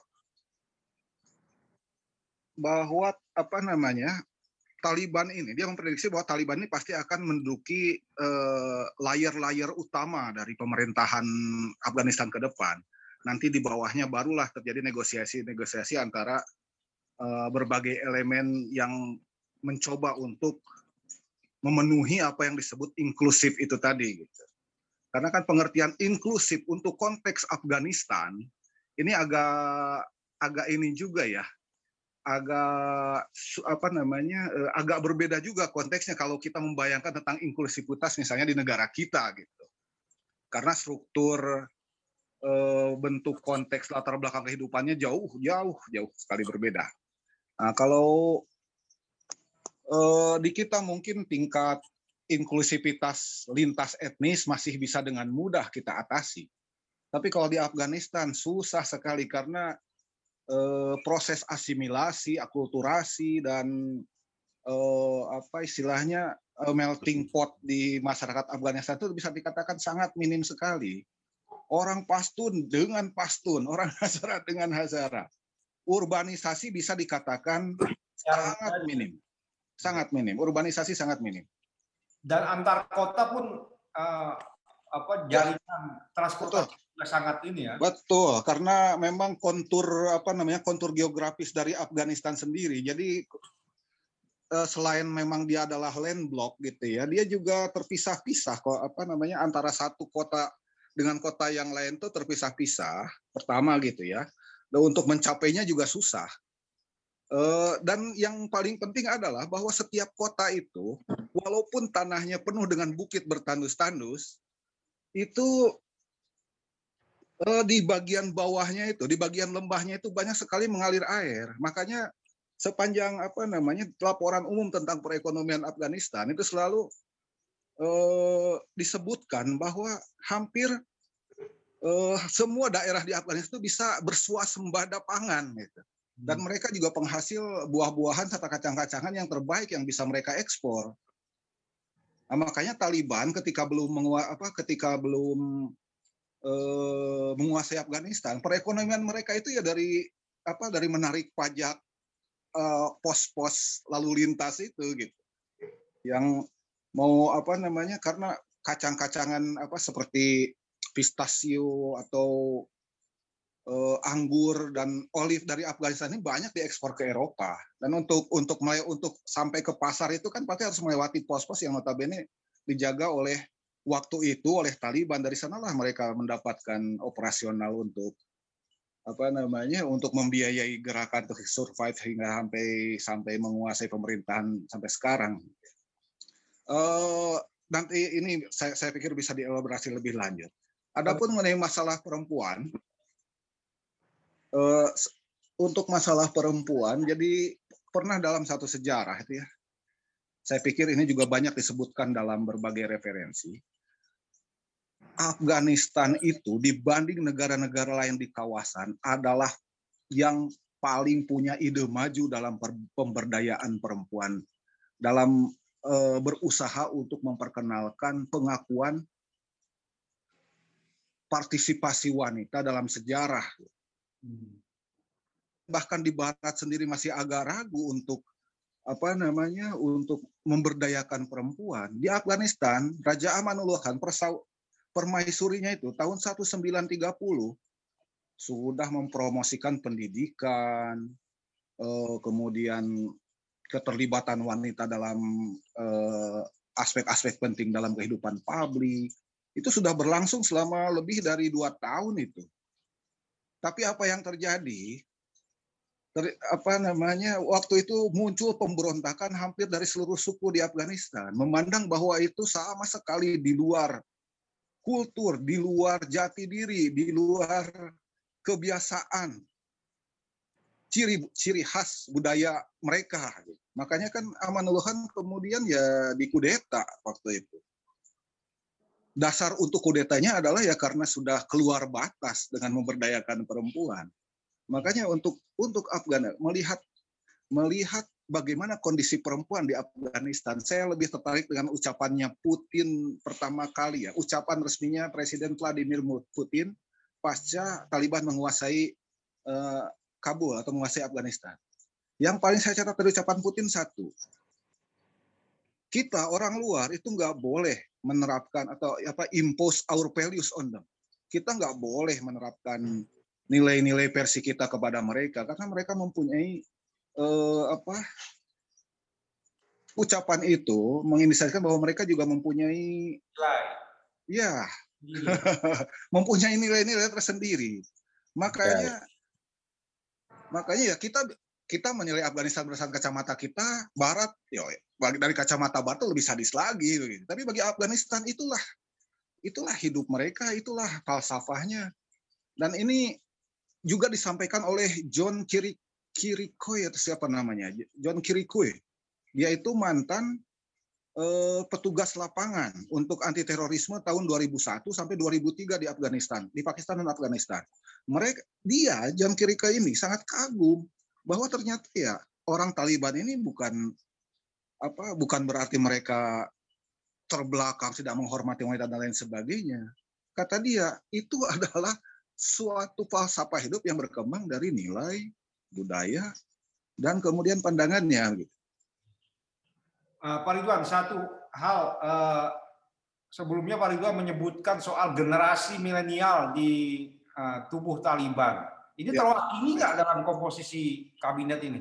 bahwa apa namanya Taliban ini, dia memprediksi bahwa Taliban ini pasti akan menduduki layer-layer uh, utama dari pemerintahan Afghanistan ke depan. Nanti di bawahnya barulah terjadi negosiasi-negosiasi antara uh, berbagai elemen yang mencoba untuk memenuhi apa yang disebut inklusif itu tadi. Gitu. Karena kan pengertian inklusif untuk konteks Afghanistan ini agak agak ini juga ya. agak apa namanya agak berbeda juga konteksnya kalau kita membayangkan tentang inklusivitas misalnya di negara kita gitu, karena struktur e, bentuk konteks latar belakang kehidupannya jauh jauh jauh sekali berbeda. Nah, kalau e, di kita mungkin tingkat inklusivitas lintas etnis masih bisa dengan mudah kita atasi, tapi kalau di Afghanistan susah sekali karena Eh, proses asimilasi, akulturasi, dan eh, apa istilahnya eh, melting pot di masyarakat Afghanistan itu bisa dikatakan sangat minim sekali. Orang Pashtun dengan Pashtun, orang Hazara dengan Hazara. Urbanisasi bisa dikatakan sangat minim, sangat minim. Urbanisasi sangat minim. Dan antar kota pun uh, apa jaringan transportasi juga sangat ini ya. Betul, karena memang kontur apa namanya kontur geografis dari Afghanistan sendiri. Jadi eh, selain memang dia adalah landlocked gitu ya, dia juga terpisah-pisah kok apa namanya antara satu kota dengan kota yang lain tuh terpisah-pisah. Pertama gitu ya. Dan untuk mencapainya juga susah. Eh, dan yang paling penting adalah bahwa setiap kota itu walaupun tanahnya penuh dengan bukit bertandus-tandus, itu di bagian bawahnya itu, di bagian lembahnya itu banyak sekali mengalir air. Makanya sepanjang apa namanya laporan umum tentang perekonomian Afghanistan itu selalu eh, disebutkan bahwa hampir eh, semua daerah di Afghanistan itu bisa bersuasembada pangan gitu. Dan mereka juga penghasil buah-buahan serta kacang-kacangan yang terbaik yang bisa mereka ekspor. Nah, makanya Taliban ketika belum mengua, apa ketika belum eh, menguasai Afghanistan, perekonomian mereka itu ya dari apa dari menarik pajak eh, pos-pos lalu lintas itu gitu. Yang mau apa namanya karena kacang-kacangan apa seperti pistachio atau uh, anggur dan olive dari Afghanistan ini banyak diekspor ke Eropa. Dan untuk untuk untuk sampai ke pasar itu kan pasti harus melewati pos-pos yang notabene dijaga oleh waktu itu oleh Taliban. Dari sanalah mereka mendapatkan operasional untuk apa namanya untuk membiayai gerakan untuk survive hingga sampai sampai menguasai pemerintahan sampai sekarang. Uh, nanti ini saya, saya pikir bisa dielaborasi lebih lanjut. Adapun mengenai masalah perempuan, uh, untuk masalah perempuan, jadi pernah dalam satu sejarah itu ya, saya pikir ini juga banyak disebutkan dalam berbagai referensi. Afghanistan itu dibanding negara-negara lain di kawasan adalah yang paling punya ide maju dalam pemberdayaan perempuan, dalam e, berusaha untuk memperkenalkan pengakuan partisipasi wanita dalam sejarah. Bahkan di Barat sendiri masih agak ragu untuk apa namanya untuk memberdayakan perempuan. Di Afghanistan, Raja Amanullah Khan permaisurinya itu tahun seribu sembilan ratus tiga puluh sudah mempromosikan pendidikan, eh, kemudian keterlibatan wanita dalam eh, aspek-aspek penting dalam kehidupan publik. Itu sudah berlangsung selama lebih dari dua tahun itu. Tapi apa yang terjadi? Ter, apa namanya? Waktu itu muncul pemberontakan hampir dari seluruh suku di Afghanistan, memandang bahwa itu sama sekali di luar kultur, di luar jati diri, di luar kebiasaan, ciri ciri khas budaya mereka. Makanya kan Amanullah Khan kemudian ya dikudeta waktu itu. Dasar untuk kudetanya adalah ya karena sudah keluar batas dengan memberdayakan perempuan. Makanya untuk untuk Afghanistan melihat melihat bagaimana kondisi perempuan di Afghanistan, saya lebih tertarik dengan ucapannya Putin pertama kali ya, ucapan resminya Presiden Vladimir Putin pasca Taliban menguasai uh, Kabul atau menguasai Afghanistan. Yang paling saya catat dari ucapan Putin satu, kita orang luar itu nggak boleh menerapkan atau apa impose our values on them. Kita nggak boleh menerapkan nilai-nilai versi kita kepada mereka karena mereka mempunyai eh, apa ucapan itu mengindikasikan bahwa mereka juga mempunyai nilai, ya, mempunyai nilai-nilai tersendiri. Makanya, ya. makanya ya kita kita menilai Afghanistan berdasarkan kacamata kita, Barat, yo, dari kacamata Barat lebih sadis lagi. Gitu. Tapi bagi Afghanistan itulah itulah hidup mereka, itulah falsafahnya. Dan ini juga disampaikan oleh John Kirik Kirikoy atau siapa namanya, John Kirikoy. Dia itu mantan eh, petugas lapangan untuk anti terorisme tahun dua ribu satu sampai dua ribu tiga di Afghanistan, di Pakistan dan Afghanistan. Mereka, dia John Kirikoy ini sangat kagum bahwa ternyata ya orang Taliban ini bukan apa, bukan berarti mereka terbelakang, tidak menghormati wanita dan lain sebagainya. Kata dia itu adalah suatu falsafah hidup yang berkembang dari nilai budaya dan kemudian pandangannya. Uh, Pak Ridwan, satu hal uh, sebelumnya Pak Ridwan menyebutkan soal generasi milenial di uh, tubuh Taliban. Ini ya. Terwakili nggak dalam komposisi kabinet ini?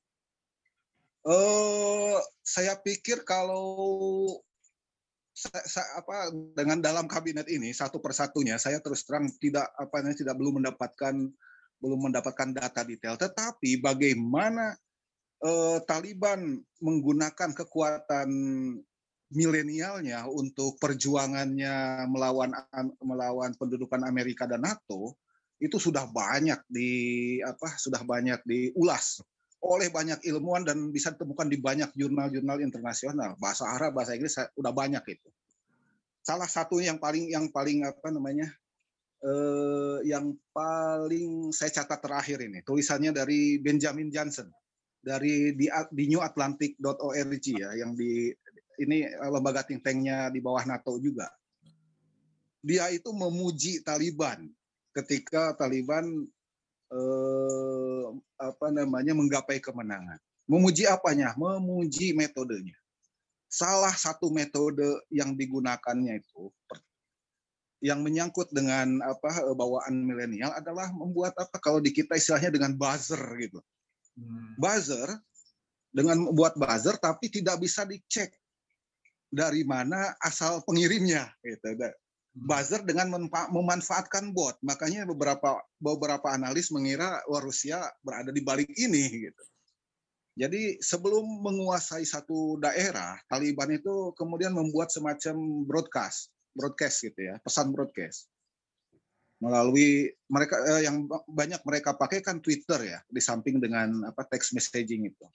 Uh, saya pikir kalau saya, saya, apa dengan dalam kabinet ini satu persatunya saya terus terang tidak apa tidak belum mendapatkan belum mendapatkan data detail, tetapi bagaimana eh, Taliban menggunakan kekuatan milenialnya untuk perjuangannya melawan melawan pendudukan Amerika dan NATO itu sudah banyak di apa sudah banyak diulas oleh banyak ilmuwan dan bisa ditemukan di banyak jurnal-jurnal internasional. Bahasa Arab, bahasa Inggris udah banyak itu. Salah satu yang paling yang paling apa namanya? Eh, yang paling saya catat terakhir ini, tulisannya dari Benjamin Johnson dari di, di new atlantic dot org ya, yang di ini lembaga think tank-nya di bawah NATO juga. Dia itu memuji Taliban ketika Taliban eh, apa namanya menggapai kemenangan. Memuji apanya? Memuji metodenya. Salah satu metode yang digunakannya itu yang menyangkut dengan apa bawaan milenial adalah membuat apa kalau di kita istilahnya dengan buzzer gitu. Hmm. Buzzer dengan membuat buzzer tapi tidak bisa dicek dari mana asal pengirimnya gitu. Buzzer dengan memanfaatkan bot. Makanya beberapa beberapa analis mengira wah, Rusia berada di balik ini gitu. Jadi sebelum menguasai satu daerah, Taliban itu kemudian membuat semacam broadcast, broadcast gitu ya, pesan broadcast. Melalui mereka eh, yang banyak mereka pakai kan Twitter ya, di samping dengan apa text messaging itu.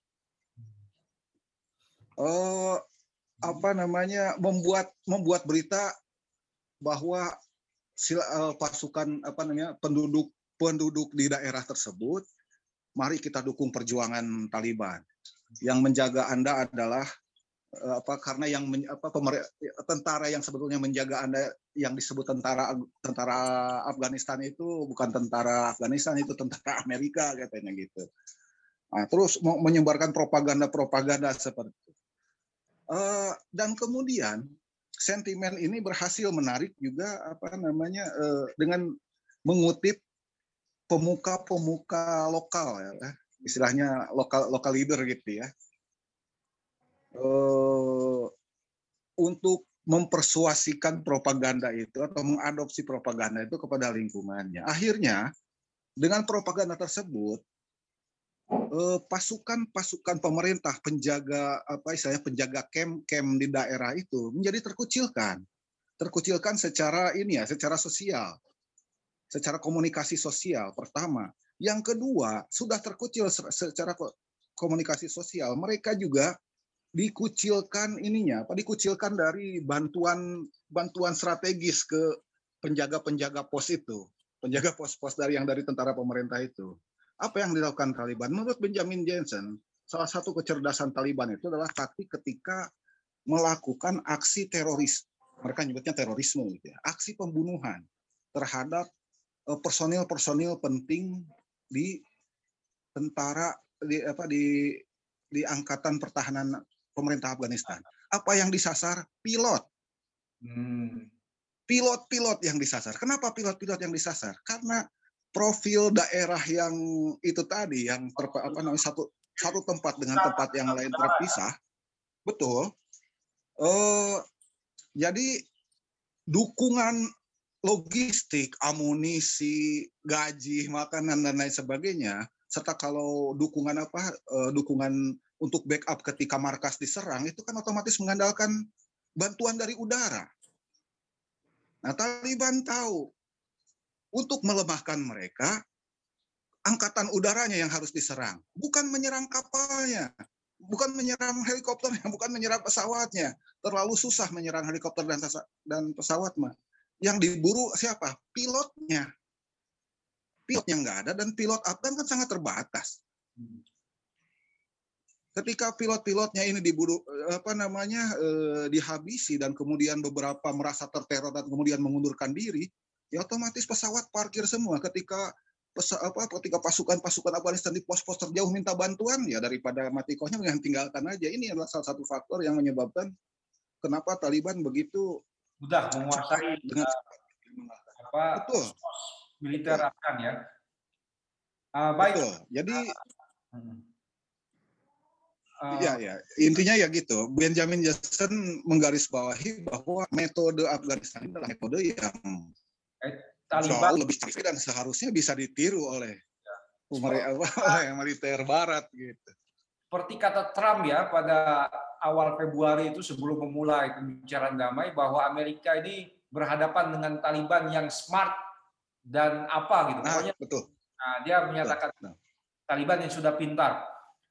Oh, apa namanya membuat membuat berita bahwa sila, uh, pasukan apa namanya penduduk penduduk di daerah tersebut, mari kita dukung perjuangan Taliban. Yang menjaga Anda adalah uh, apa karena yang men, apa pemer, tentara yang sebetulnya menjaga Anda yang disebut tentara tentara Afghanistan itu bukan tentara Afghanistan, itu tentara Amerika katanya gitu. Nah, terus mau menyebarkan propaganda-propaganda seperti itu. Uh, dan kemudian sentimen ini berhasil menarik juga apa namanya eh, dengan mengutip pemuka-pemuka lokal ya, istilahnya lokal lokal leader gitu ya, eh, untuk mempersuasikan propaganda itu atau mengadopsi propaganda itu kepada lingkungannya. Akhirnya dengan propaganda tersebut pasukan-pasukan pemerintah penjaga apa istilahnya penjaga camp-camp di daerah itu menjadi terkucilkan, terkucilkan secara ini ya, secara sosial, secara komunikasi sosial pertama. Yang kedua sudah terkucil secara komunikasi sosial, mereka juga dikucilkan ininya, apa dikucilkan dari bantuan bantuan strategis ke penjaga-penjaga pos itu, penjaga pos-pos dari yang dari tentara pemerintah itu. Apa yang dilakukan Taliban? Menurut Benjamin Johnson, salah satu kecerdasan Taliban itu adalah taktik ketika melakukan aksi teroris. Mereka nyebutnya terorisme, gitu ya. Aksi pembunuhan terhadap personil-personil penting di tentara di apa di di angkatan pertahanan pemerintah Afghanistan. Apa yang disasar? Pilot. Hmm. Pilot-pilot yang disasar. Kenapa pilot-pilot yang disasar? Karena profil daerah yang itu tadi yang ter, apa namanya satu satu tempat dengan tempat yang lain terpisah, betul. Eh, jadi dukungan logistik, amunisi, gaji, makanan dan lain sebagainya, serta kalau dukungan apa eh, dukungan untuk backup ketika markas diserang itu kan otomatis mengandalkan bantuan dari udara. Nah, Taliban tahu untuk melemahkan mereka, angkatan udaranya yang harus diserang. Bukan menyerang kapalnya, bukan menyerang helikopternya, bukan menyerang pesawatnya. Terlalu susah menyerang helikopter dan, dan pesawat mah. Yang diburu siapa? Pilotnya. Pilotnya nggak ada dan pilot Afgan kan sangat terbatas. Ketika pilot-pilotnya ini diburu, apa namanya, eh, dihabisi dan kemudian beberapa merasa terteror dan kemudian mengundurkan diri, ya otomatis pesawat parkir semua. Ketika pesa, apa ketika pasukan-pasukan Afghanistan di pos-pos terjauh minta bantuan, ya daripada mati kohnya yang tinggalkan aja. Ini adalah salah satu faktor yang menyebabkan kenapa Taliban begitu mudah menguasai dengan uh, apa betul militer Afgan ya. Uh, baik. Betul. Jadi uh, Iya, ya. Intinya ya gitu. Benjamin Johnson menggarisbawahi bahwa metode Afghanistan adalah metode yang Taliban jauh lebih canggih dan seharusnya bisa ditiru oleh pemerintah yang militer Barat gitu. Seperti kata Trump ya pada awal Februari itu sebelum memulai pembicaraan damai bahwa Amerika ini berhadapan dengan Taliban yang smart dan apa gitu. Nah, Pokoknya betul. Nah, dia menyatakan betul. Taliban yang sudah pintar.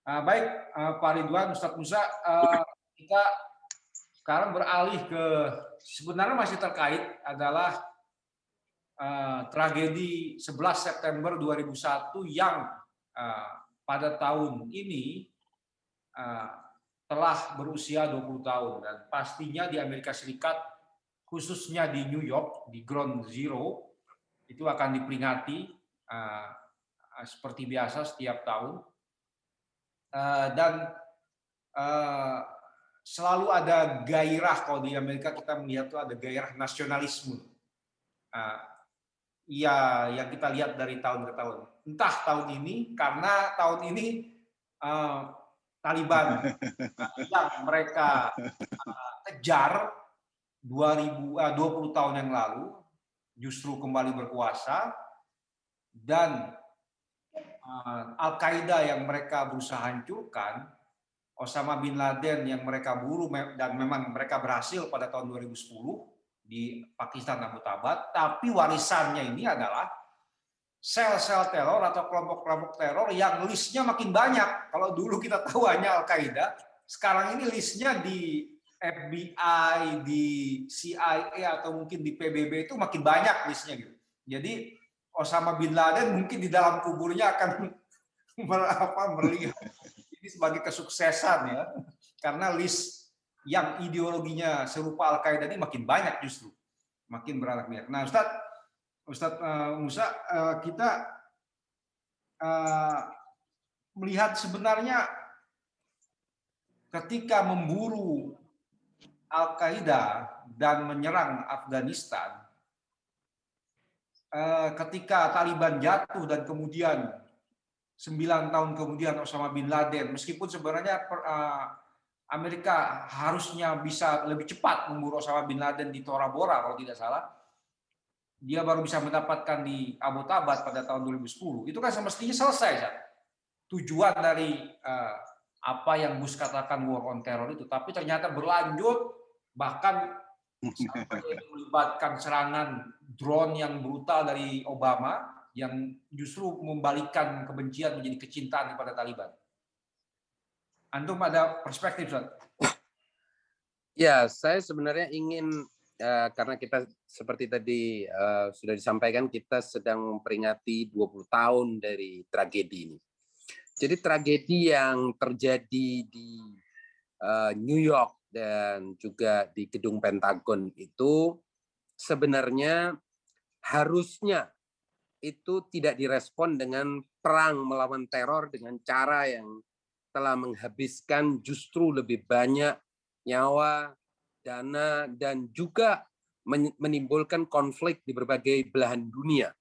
Uh, baik, uh, Pak Ridwan, Ustadz Musa, uh, kita sekarang beralih ke sebenarnya masih terkait adalah uh, tragedi sebelas September dua ribu satu yang uh, pada tahun ini uh, telah berusia dua puluh tahun, dan pastinya di Amerika Serikat, khususnya di New York, di Ground Zero, itu akan diperingati uh, seperti biasa setiap tahun. Uh, dan uh, selalu ada gairah, kalau di Amerika kita melihat tuh ada gairah nasionalisme. Uh, ya, yang kita lihat dari tahun ke tahun. Entah tahun ini, karena tahun ini uh, Taliban yang mereka uh, kejar dua puluh tahun yang lalu justru kembali berkuasa, dan uh, Al-Qaeda yang mereka berusaha hancurkan, Osama bin Laden yang mereka buru, dan memang mereka berhasil pada tahun dua ribu sepuluh di Pakistan Abbottabad, tapi warisannya ini adalah sel-sel teror atau kelompok-kelompok teror yang listnya makin banyak. Kalau dulu kita tahu hanya Al-Qaeda, sekarang ini listnya di F B I, di C I A, atau mungkin di P B B itu makin banyak listnya gitu. Jadi Osama bin Laden mungkin di dalam kuburnya akan apa, melihat ini sebagai kesuksesan ya, karena list yang ideologinya serupa Al-Qaeda ini makin banyak, justru makin beranak pinak. Nah, Ustadz Ustadz uh, Musa, uh, kita uh, melihat sebenarnya ketika memburu Al-Qaeda dan menyerang Afghanistan, uh, ketika Taliban jatuh dan kemudian sembilan tahun kemudian Osama bin Laden, meskipun sebenarnya uh, Amerika harusnya bisa lebih cepat memburu Osama bin Laden di Tora Bora kalau tidak salah, dia baru bisa mendapatkan di Abbottabad pada tahun dua ribu sepuluh. Itu kan semestinya selesai, ya, tujuan dari uh, apa yang Bush katakan war on terror itu. Tapi ternyata berlanjut, bahkan sampai melibatkan serangan drone yang brutal dari Obama, yang justru membalikan kebencian menjadi kecintaan kepada Taliban. Antum ada perspektif, Ustaz? Ya, saya sebenarnya ingin, Uh, karena kita seperti tadi uh, sudah disampaikan, kita sedang memperingati dua puluh tahun dari tragedi ini. Jadi tragedi yang terjadi di uh, New York dan juga di gedung Pentagon itu sebenarnya harusnya itu tidak direspon dengan perang melawan teror dengan cara yang telah menghabiskan justru lebih banyak nyawa, dana, dan juga menimbulkan konflik di berbagai belahan dunia.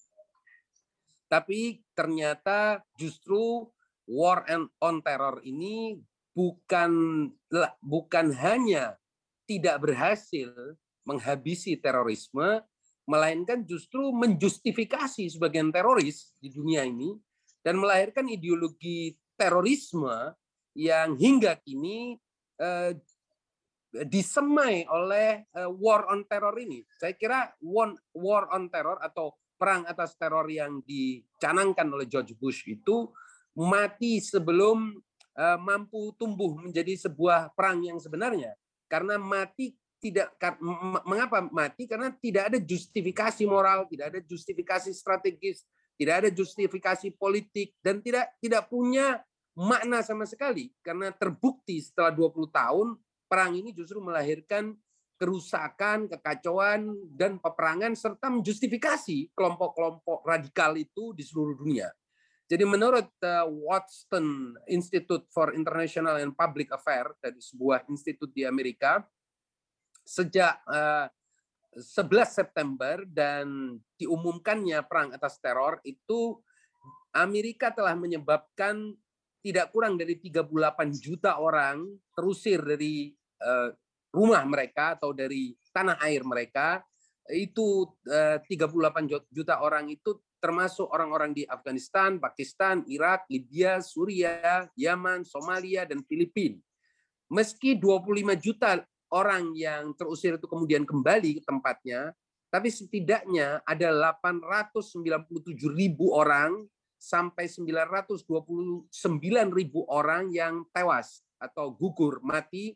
Tapi ternyata justru war on terror ini bukan bukan hanya tidak berhasil menghabisi terorisme, melainkan justru menjustifikasi sebagian teroris di dunia ini dan melahirkan ideologi terorisme yang hingga kini eh, disemai oleh uh, war on terror ini. Saya kira war, war on terror atau perang atas teror yang dicanangkan oleh George Bush itu mati sebelum uh, mampu tumbuh menjadi sebuah perang yang sebenarnya. Karena mati tidak, mengapa mati? Karena tidak ada justifikasi moral, tidak ada justifikasi strategis, tidak ada justifikasi politik, dan tidak tidak punya makna sama sekali. Karena terbukti setelah dua puluh tahun perang ini justru melahirkan kerusakan, kekacauan, dan peperangan, serta menjustifikasi kelompok-kelompok radikal itu di seluruh dunia. Jadi menurut uh, Watson Institute for International and Public Affairs, dari sebuah institut di Amerika, sejak uh, sebelas September dan diumumkannya perang atas teror itu, Amerika telah menyebabkan tidak kurang dari tiga puluh delapan juta orang terusir dari uh, rumah mereka atau dari tanah air mereka. Itu uh, tiga puluh delapan juta orang itu termasuk orang-orang di Afghanistan, Pakistan, Irak, Libya, Suriah, Yaman, Somalia, dan Filipina. Meski dua puluh lima juta orang yang terusir itu kemudian kembali ke tempatnya, tapi setidaknya ada delapan ratus sembilan puluh tujuh ribu orang sampai sembilan ratus dua puluh sembilan ribu orang yang tewas atau gugur mati,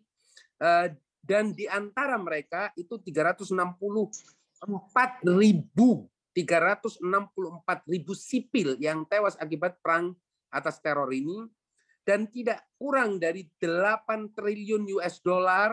dan di antara mereka itu tiga ratus enam puluh empat ribu tiga ratus enam puluh empat ribu sipil yang tewas akibat perang atas teror ini, dan tidak kurang dari delapan triliun U S dollar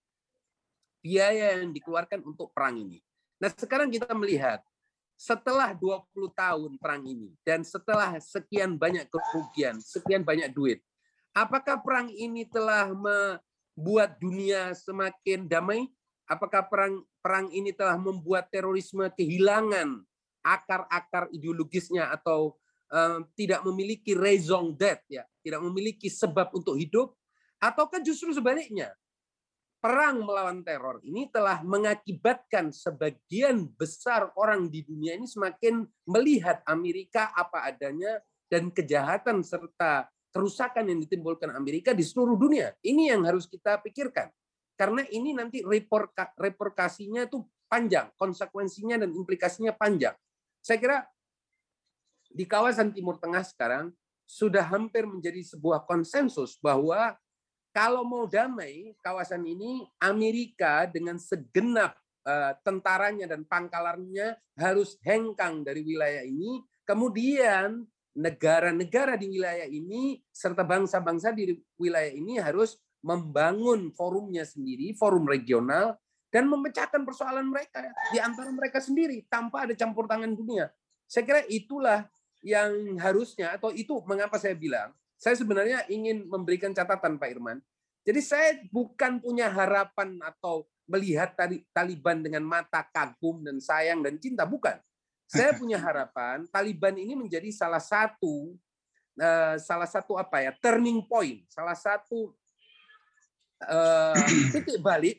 biaya yang dikeluarkan untuk perang ini. Nah, sekarang kita melihat setelah dua puluh tahun perang ini dan setelah sekian banyak kerugian, sekian banyak duit, apakah perang ini telah membuat dunia semakin damai? Apakah perang perang ini telah membuat terorisme kehilangan akar-akar ideologisnya atau um, tidak memiliki raison d'être, ya, tidak memiliki sebab untuk hidup? Ataukah justru sebaliknya? Perang melawan teror ini telah mengakibatkan sebagian besar orang di dunia ini semakin melihat Amerika apa adanya dan kejahatan serta kerusakan yang ditimbulkan Amerika di seluruh dunia. Ini yang harus kita pikirkan. Karena ini nanti reperkasinya itu panjang, konsekuensinya dan implikasinya panjang. Saya kira di kawasan Timur Tengah sekarang sudah hampir menjadi sebuah konsensus bahwa kalau mau damai kawasan ini, Amerika dengan segenap uh, tentaranya dan pangkalannya harus hengkang dari wilayah ini. Kemudian negara-negara di wilayah ini serta bangsa-bangsa di wilayah ini harus membangun forumnya sendiri, forum regional, dan memecahkan persoalan mereka di antara mereka sendiri tanpa ada campur tangan dunia. Saya kira itulah yang harusnya, atau itu mengapa saya bilang, saya sebenarnya ingin memberikan catatan, Pak Irman. Jadi saya bukan punya harapan atau melihat Taliban dengan mata kagum dan sayang dan cinta, bukan. Saya punya harapan Taliban ini menjadi salah satu uh, salah satu apa ya turning point, salah satu uh, titik balik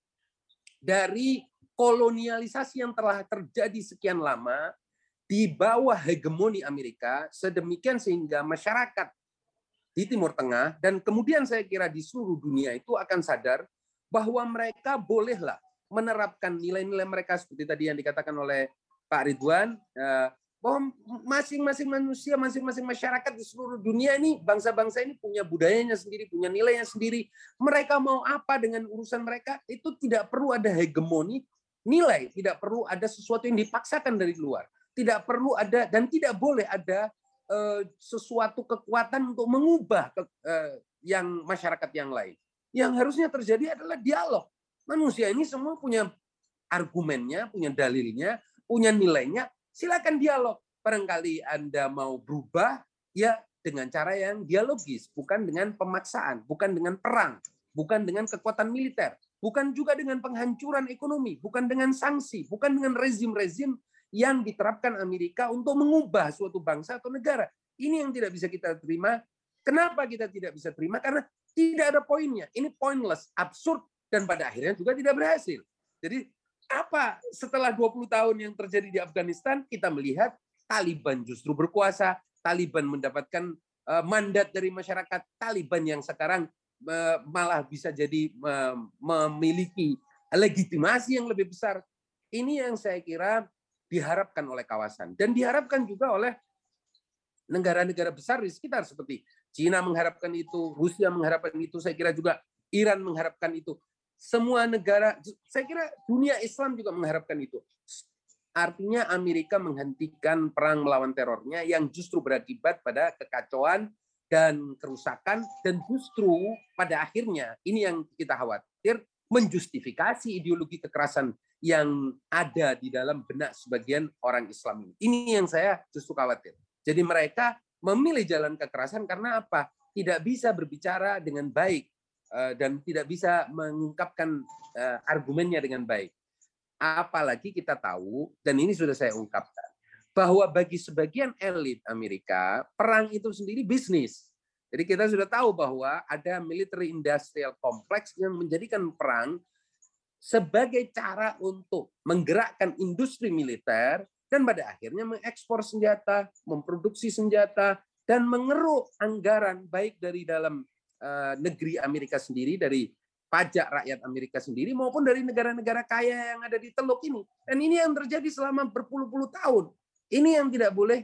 dari kolonialisasi yang telah terjadi sekian lama di bawah hegemoni Amerika, sedemikian sehingga masyarakat di Timur Tengah dan kemudian saya kira di seluruh dunia itu akan sadar bahwa mereka bolehlah menerapkan nilai-nilai mereka seperti tadi yang dikatakan oleh Pak Ridwan, bahwa masing-masing manusia, masing-masing masyarakat di seluruh dunia ini, bangsa-bangsa ini punya budayanya sendiri, punya nilainya sendiri. Mereka mau apa dengan urusan mereka, itu tidak perlu ada hegemoni nilai, tidak perlu ada sesuatu yang dipaksakan dari luar. Tidak perlu ada dan tidak boleh ada sesuatu kekuatan untuk mengubah ke, eh, yang masyarakat yang lain. Yang harusnya terjadi adalah dialog. Manusia ini semua punya argumennya, punya dalilnya, punya nilainya. Silakan dialog. Barangkali Anda mau berubah, ya dengan cara yang dialogis, bukan dengan pemaksaan, bukan dengan perang, bukan dengan kekuatan militer, bukan juga dengan penghancuran ekonomi, bukan dengan sanksi, bukan dengan rezim-rezim yang diterapkan Amerika untuk mengubah suatu bangsa atau negara. Ini yang tidak bisa kita terima. Kenapa kita tidak bisa terima? Karena tidak ada poinnya. Ini pointless, absurd, dan pada akhirnya juga tidak berhasil. Jadi apa setelah dua puluh tahun yang terjadi di Afghanistan, kita melihat Taliban justru berkuasa, Taliban mendapatkan mandat dari masyarakat, Taliban yang sekarang malah bisa jadi memiliki legitimasi yang lebih besar. Ini yang saya kira diharapkan oleh kawasan dan diharapkan juga oleh negara-negara besar di sekitar seperti Cina mengharapkan itu, Rusia mengharapkan itu, saya kira juga Iran mengharapkan itu. Semua negara, saya kira dunia Islam juga mengharapkan itu. Artinya Amerika menghentikan perang melawan terornya yang justru berakibat pada kekacauan dan kerusakan, dan justru pada akhirnya ini yang kita khawatir menjustifikasi ideologi kekerasan yang ada di dalam benak sebagian orang Islam ini. Ini yang saya justru khawatir. Jadi mereka memilih jalan kekerasan karena apa? Tidak bisa berbicara dengan baik dan tidak bisa mengungkapkan argumennya dengan baik. Apalagi kita tahu, dan ini sudah saya ungkapkan, bahwa bagi sebagian elit Amerika, perang itu sendiri bisnis. Jadi kita sudah tahu bahwa ada military industrial complex yang menjadikan perang sebagai cara untuk menggerakkan industri militer dan pada akhirnya mengekspor senjata, memproduksi senjata, dan mengeruk anggaran baik dari dalam uh, negeri Amerika sendiri, dari pajak rakyat Amerika sendiri, maupun dari negara-negara kaya yang ada di Teluk ini. Dan ini yang terjadi selama berpuluh-puluh tahun. Ini yang tidak boleh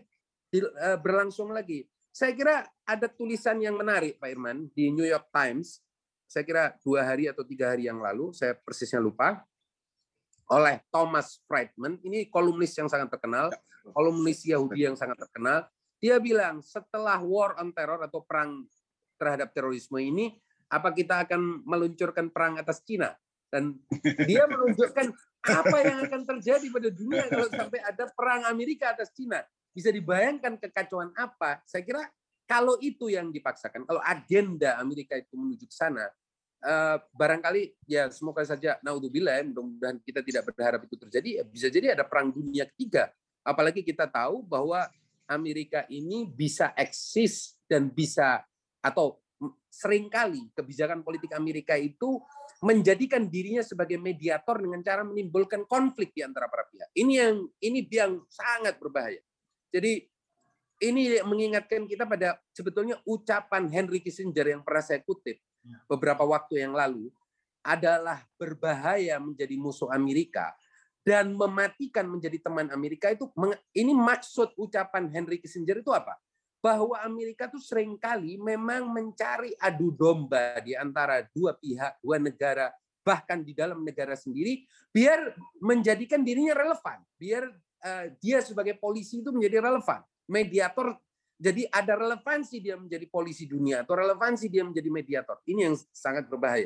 berlangsung lagi. Saya kira ada tulisan yang menarik, Pak Irman, di New York Times. Saya kira dua hari atau tiga hari yang lalu, saya persisnya lupa, oleh Thomas Friedman. Ini kolumnis yang sangat terkenal, kolumnis Yahudi yang sangat terkenal. Dia bilang, setelah war on terror atau perang terhadap terorisme ini, apa kita akan meluncurkan perang atas Cina? Dan dia menunjukkan apa yang akan terjadi pada dunia kalau sampai ada perang Amerika atas Cina. Bisa dibayangkan kekacauan apa? Saya kira kalau itu yang dipaksakan, kalau agenda Amerika itu menuju ke sana, eh, barangkali ya semoga saja, naudzubillah, mudah-mudahan kita tidak berharap itu terjadi, ya bisa jadi ada perang dunia ketiga. Apalagi kita tahu bahwa Amerika ini bisa eksis dan bisa, atau seringkali kebijakan politik Amerika itu menjadikan dirinya sebagai mediator dengan cara menimbulkan konflik di antara para pihak. Ini yang ini yang sangat berbahaya. Jadi ini mengingatkan kita pada sebetulnya ucapan Henry Kissinger yang pernah saya kutip beberapa waktu yang lalu, adalah berbahaya menjadi musuh Amerika dan mematikan menjadi teman Amerika. Itu ini maksud ucapan Henry Kissinger itu apa? Bahwa Amerika itu seringkali memang mencari adu domba di antara dua pihak, dua negara, bahkan di dalam negara sendiri, biar menjadikan dirinya relevan, biar uh, dia sebagai polisi itu menjadi relevan, mediator. Jadi ada relevansi dia menjadi polisi dunia atau relevansi dia menjadi mediator. Ini yang sangat berbahaya.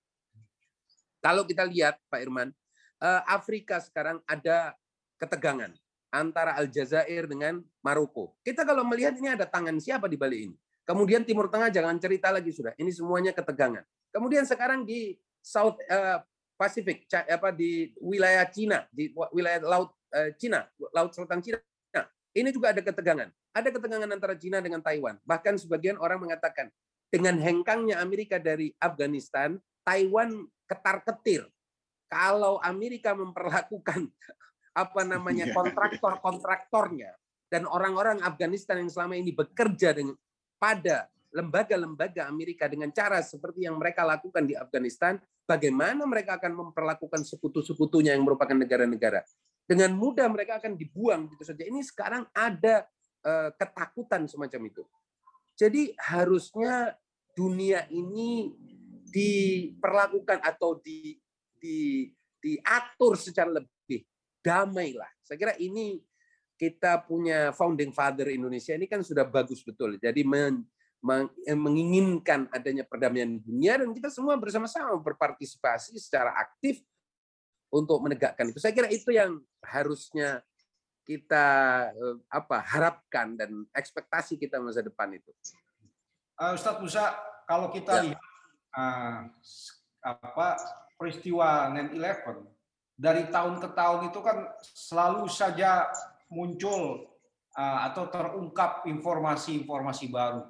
Kalau kita lihat, Pak Irman, uh, Afrika sekarang ada ketegangan antara Aljazair dengan Maroko. Kita kalau melihat ini ada tangan siapa di balik ini. Kemudian Timur Tengah jangan cerita lagi sudah. Ini semuanya ketegangan. Kemudian sekarang di South uh, Pacific, apa di wilayah Cina, di wilayah laut uh, Cina, laut selatan Cina. Nah, ini juga ada ketegangan. Ada ketegangan antara Cina dengan Taiwan. Bahkan sebagian orang mengatakan dengan hengkangnya Amerika dari Afghanistan, Taiwan ketar-ketir. Kalau Amerika memperlakukan apa namanya kontraktor-kontraktornya dan orang-orang Afghanistan yang selama ini bekerja dengan pada lembaga-lembaga Amerika dengan cara seperti yang mereka lakukan di Afghanistan, bagaimana mereka akan memperlakukan sekutu-sekutunya yang merupakan negara-negara? Dengan mudah mereka akan dibuang gitu saja. Ini sekarang ada uh, ketakutan semacam itu. Jadi harusnya dunia ini diperlakukan atau di, di, diatur secara lebih damailah. Saya kira ini kita punya founding father Indonesia ini kan sudah bagus betul. Jadi men, men, menginginkan adanya perdamaian dunia dan kita semua bersama-sama berpartisipasi secara aktif untuk menegakkan itu. Saya kira itu yang harusnya kita apa harapkan dan ekspektasi kita masa depan itu. Uh, Ustadz Musa, kalau kita ya. lihat uh, apa peristiwa nine eleven dari tahun ke tahun itu kan selalu saja muncul uh, atau terungkap informasi-informasi baru.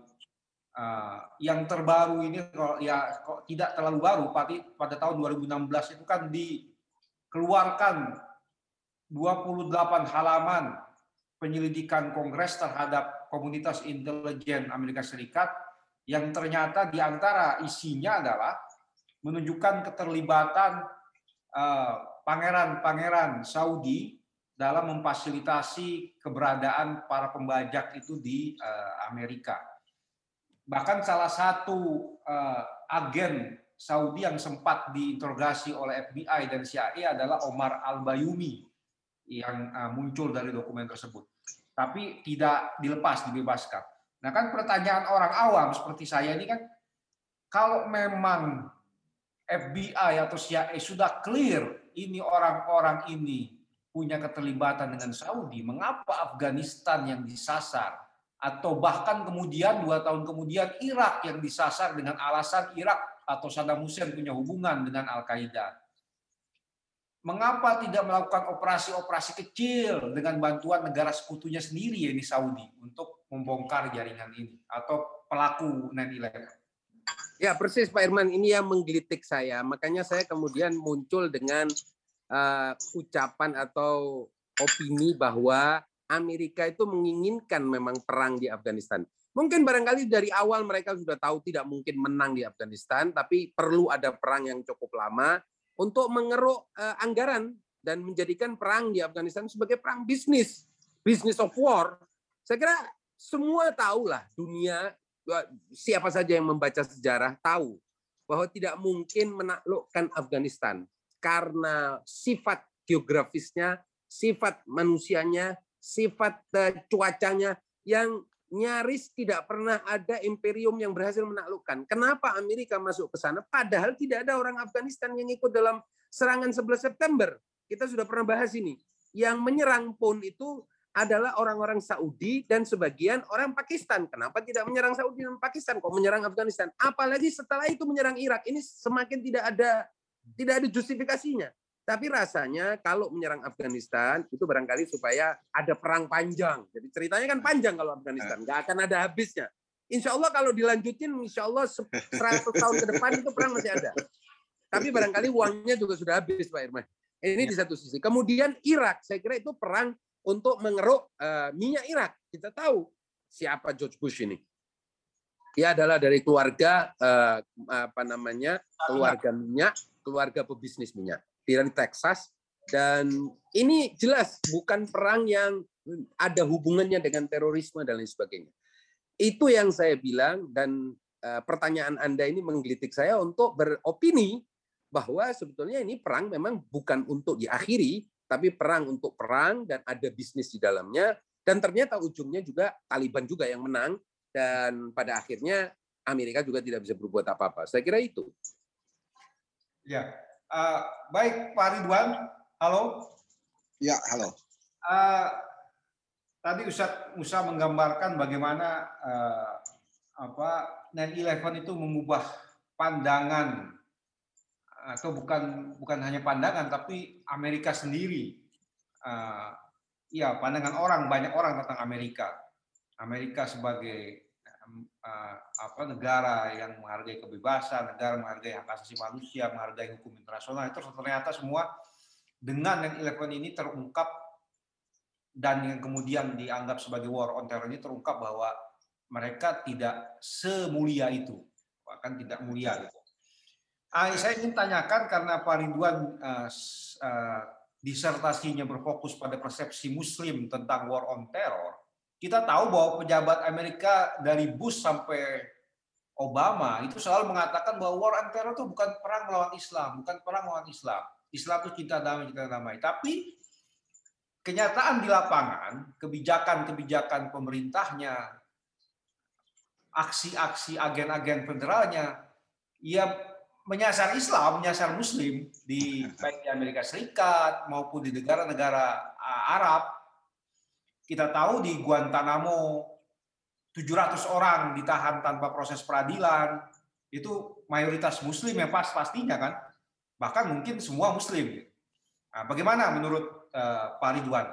Uh, yang terbaru ini kalau ya kok tidak terlalu baru, pada, pada tahun dua ribu enam belas itu kan dikeluarkan dua puluh delapan halaman penyelidikan Kongres terhadap komunitas intelijen Amerika Serikat yang ternyata di antara isinya adalah menunjukkan keterlibatan uh, pangeran-pangeran Saudi dalam memfasilitasi keberadaan para pembajak itu di uh, Amerika. Bahkan salah satu uh, agen Saudi yang sempat diinterogasi oleh F B I dan C I A adalah Omar Al-Bayumi yang uh, muncul dari dokumen tersebut. Tapi tidak dilepas, dibebaskan. Nah kan pertanyaan orang awam seperti saya ini kan, kalau memang F B I atau C I A sudah clear ini orang-orang ini punya keterlibatan dengan Saudi, mengapa Afghanistan yang disasar? Atau bahkan kemudian dua tahun kemudian Irak yang disasar dengan alasan Irak atau Saddam Hussein punya hubungan dengan Al-Qaeda? Mengapa tidak melakukan operasi-operasi kecil dengan bantuan negara sekutunya sendiri, yaitu Saudi, untuk membongkar jaringan ini atau pelaku nine eleven? Ya persis Pak Irman, ini yang menggelitik saya. Makanya saya kemudian muncul dengan uh, ucapan atau opini bahwa Amerika itu menginginkan memang perang di Afghanistan. Mungkin barangkali dari awal mereka sudah tahu tidak mungkin menang di Afghanistan, tapi perlu ada perang yang cukup lama untuk mengeruk uh, anggaran dan menjadikan perang di Afghanistan sebagai perang bisnis, business of war. Saya kira semua tahulah, dunia, siapa saja yang membaca sejarah tahu bahwa tidak mungkin menaklukkan Afghanistan karena sifat geografisnya, sifat manusianya, sifat cuacanya yang nyaris tidak pernah ada imperium yang berhasil menaklukkan. Kenapa Amerika masuk ke sana? Padahal tidak ada orang Afghanistan yang ikut dalam serangan sebelas September. Kita sudah pernah bahas ini. Yang menyerang pun itu adalah orang-orang Saudi dan sebagian orang Pakistan. Kenapa tidak menyerang Saudi dan Pakistan? Kok menyerang Afghanistan? Apalagi setelah itu menyerang Irak. Ini semakin tidak ada tidak ada justifikasinya. Tapi rasanya kalau menyerang Afghanistan itu barangkali supaya ada perang panjang. Jadi ceritanya kan panjang kalau Afghanistan, nggak akan ada habisnya. Insya Allah kalau dilanjutin, insya Allah seratus tahun ke depan itu perang masih ada. Tapi barangkali uangnya juga sudah habis, Pak Irman. Ini di satu sisi. Kemudian Irak, saya kira itu perang untuk mengeruk uh, minyak Irak. Kita tahu siapa George Bush ini. Dia adalah dari keluarga uh, apa namanya keluarga minyak, keluarga pebisnis minyak. Dari Texas, dan ini jelas bukan perang yang ada hubungannya dengan terorisme dan lain sebagainya. Itu yang saya bilang, dan uh, pertanyaan Anda ini menggelitik saya untuk beropini bahwa sebetulnya ini perang memang bukan untuk diakhiri, tapi perang untuk perang dan ada bisnis di dalamnya, dan ternyata ujungnya juga Taliban juga yang menang, dan pada akhirnya Amerika juga tidak bisa berbuat apa-apa. Saya kira itu. Ya. Uh, baik Pak Ridwan, halo. Ya, halo. Uh, tadi Ustadz Musa menggambarkan bagaimana uh, apa nine eleven itu mengubah pandangan, atau bukan bukan hanya pandangan tapi Amerika sendiri. Uh, ya, pandangan orang, banyak orang tentang Amerika. Amerika sebagai Uh, apa negara yang menghargai kebebasan, negara menghargai hak asasi manusia, menghargai hukum internasional, itu ternyata semua dengan nine eleven ini terungkap, dan yang kemudian dianggap sebagai war on terror ini terungkap bahwa mereka tidak semulia itu, bahkan tidak mulia gitu. Uh, saya ingin tanyakan karena Pak Ridwan uh, uh, disertasinya berfokus pada persepsi Muslim tentang war on terror. Kita tahu bahwa pejabat Amerika dari Bush sampai Obama itu selalu mengatakan bahwa war on terror itu bukan perang melawan Islam, bukan perang melawan Islam. Islam itu cinta damai, cinta damai. Tapi kenyataan di lapangan, kebijakan-kebijakan pemerintahnya, aksi-aksi agen-agen federalnya, ia menyasar Islam, menyasar Muslim di baik di Amerika Serikat maupun di negara-negara Arab. Kita tahu di Guantanamo tujuh ratus orang ditahan tanpa proses peradilan, itu mayoritas Muslim yang pas pastinya kan, bahkan mungkin semua Muslim. Nah, bagaimana menurut uh, Pak Ridwan?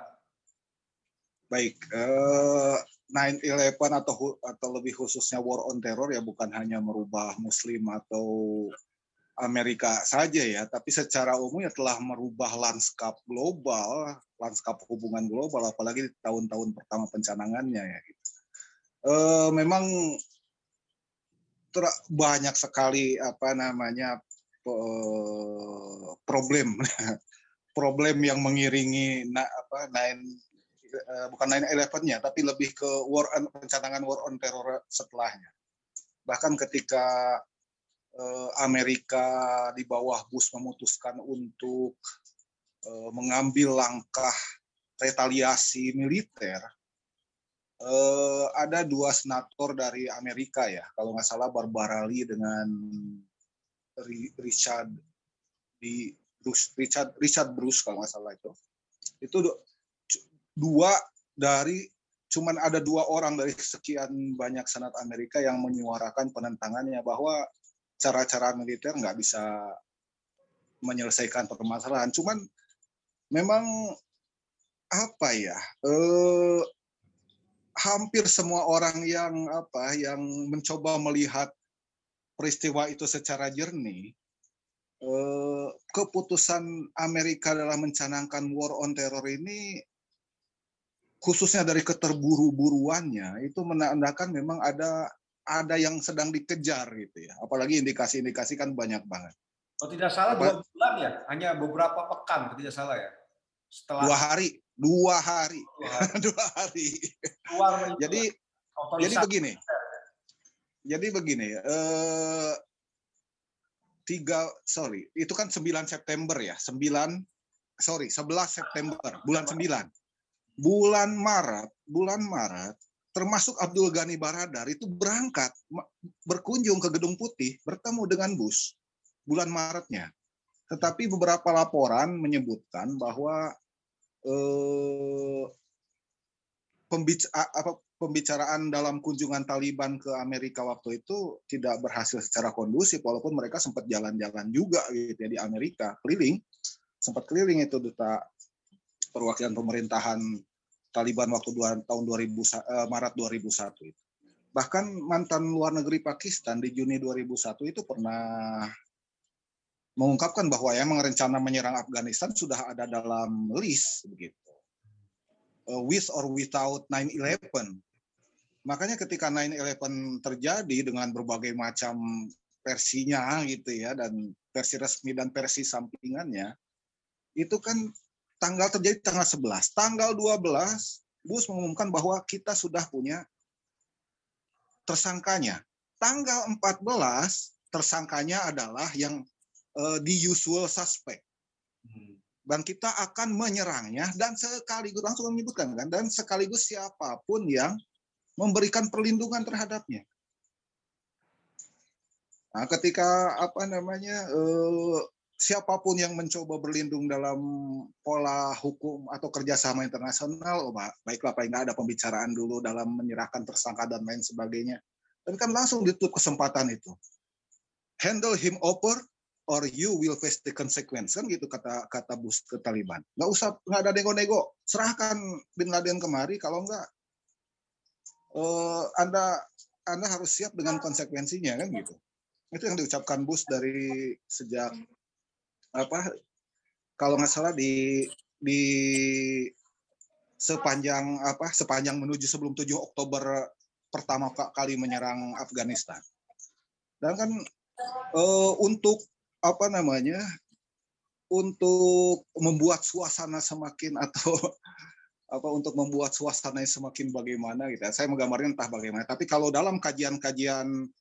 Baik, uh, nine eleven atau atau lebih khususnya war on terror ya bukan hanya merubah Muslim atau Amerika saja ya, tapi secara umum ya telah merubah lanskap global, lanskap hubungan global, apalagi di tahun-tahun pertama pencanangannya ya. Gitu. E, memang ter, banyak sekali apa namanya e, problem, problem yang mengiringi na, apa nine e, bukan nine eleven-nya, tapi lebih ke war pencanangan war on terror setelahnya. Bahkan ketika Amerika di bawah Bush memutuskan untuk uh, mengambil langkah retaliasi militer, uh, ada dua senator dari Amerika ya, kalau nggak salah Barbara Lee dengan Richard di Richard Richard Bruce kalau nggak salah itu, itu dua dari cuman ada dua orang dari sekian banyak senat Amerika yang menyuarakan penentangannya bahwa cara-cara militer nggak bisa menyelesaikan permasalahan. Cuman memang apa ya, eh, hampir semua orang yang apa yang mencoba melihat peristiwa itu secara jernih, eh, keputusan Amerika dalam mencanangkan war on terror ini, khususnya dari keterburu-buruannya, itu menandakan memang ada ada yang sedang dikejar gitu ya. Apalagi indikasi-indikasi kan banyak banget. Oh tidak salah dua bulan ya, hanya beberapa pekan, tidak salah ya. Setelah dua hari, Dua hari. Dua hari. Dua hari. Keluar itu Jadi, otorisasi. jadi begini. Jadi begini. Eh, tiga, sorry, itu kan sembilan September ya. sembilan, sorry, sebelas September, bulan sembilan. Bulan Maret, bulan Maret, termasuk Abdul Ghani Baradar itu berangkat berkunjung ke Gedung Putih bertemu dengan Bush bulan Maretnya. Tetapi beberapa laporan menyebutkan bahwa eh, pembic- apa, pembicaraan dalam kunjungan Taliban ke Amerika waktu itu tidak berhasil secara kondusif, walaupun mereka sempat jalan-jalan juga gitu ya di Amerika, keliling, sempat keliling itu duta perwakilan pemerintahan Taliban waktu dua, tahun dua ribu, uh, Maret dua ribu satu itu. Bahkan mantan luar negeri Pakistan di Juni dua ribu satu itu pernah mengungkapkan bahwa emang rencana menyerang Afghanistan sudah ada dalam list begitu. Uh, with or without nine eleven. Makanya ketika nine eleven terjadi dengan berbagai macam versinya gitu ya, dan versi resmi dan versi sampingannya, itu kan tanggal terjadi tanggal sebelas. Tanggal dua belas, Bush mengumumkan bahwa kita sudah punya tersangkanya. Tanggal empat belas, tersangkanya adalah yang uh, the usual suspect. Dan kita akan menyerangnya, dan sekaligus, langsung menyebutkan kan, dan sekaligus siapapun yang memberikan perlindungan terhadapnya. Nah, ketika apa namanya, uh, siapapun yang mencoba berlindung dalam pola hukum atau kerjasama internasional, oh, baiklah, paling nggak ada pembicaraan dulu dalam menyerahkan tersangka dan lain sebagainya. Dan kan langsung ditutup kesempatan itu. Handle him over, or you will face the consequence, kan gitu kata kata Bush ke Taliban. Nggak usah, nggak ada nego-nego, serahkan Bin Laden kemari, kalau nggak eh, Anda Anda harus siap dengan konsekuensinya, kan gitu. Itu yang diucapkan Bush dari sejak apa, kalau nggak salah di di sepanjang apa sepanjang menuju sebelum tujuh Oktober pertama kali menyerang Afghanistan. Dan kan eh, untuk apa namanya, untuk membuat suasana semakin atau apa untuk membuat suasana semakin bagaimana gitu. Saya menggambarkan entah bagaimana, tapi kalau dalam kajian-kajian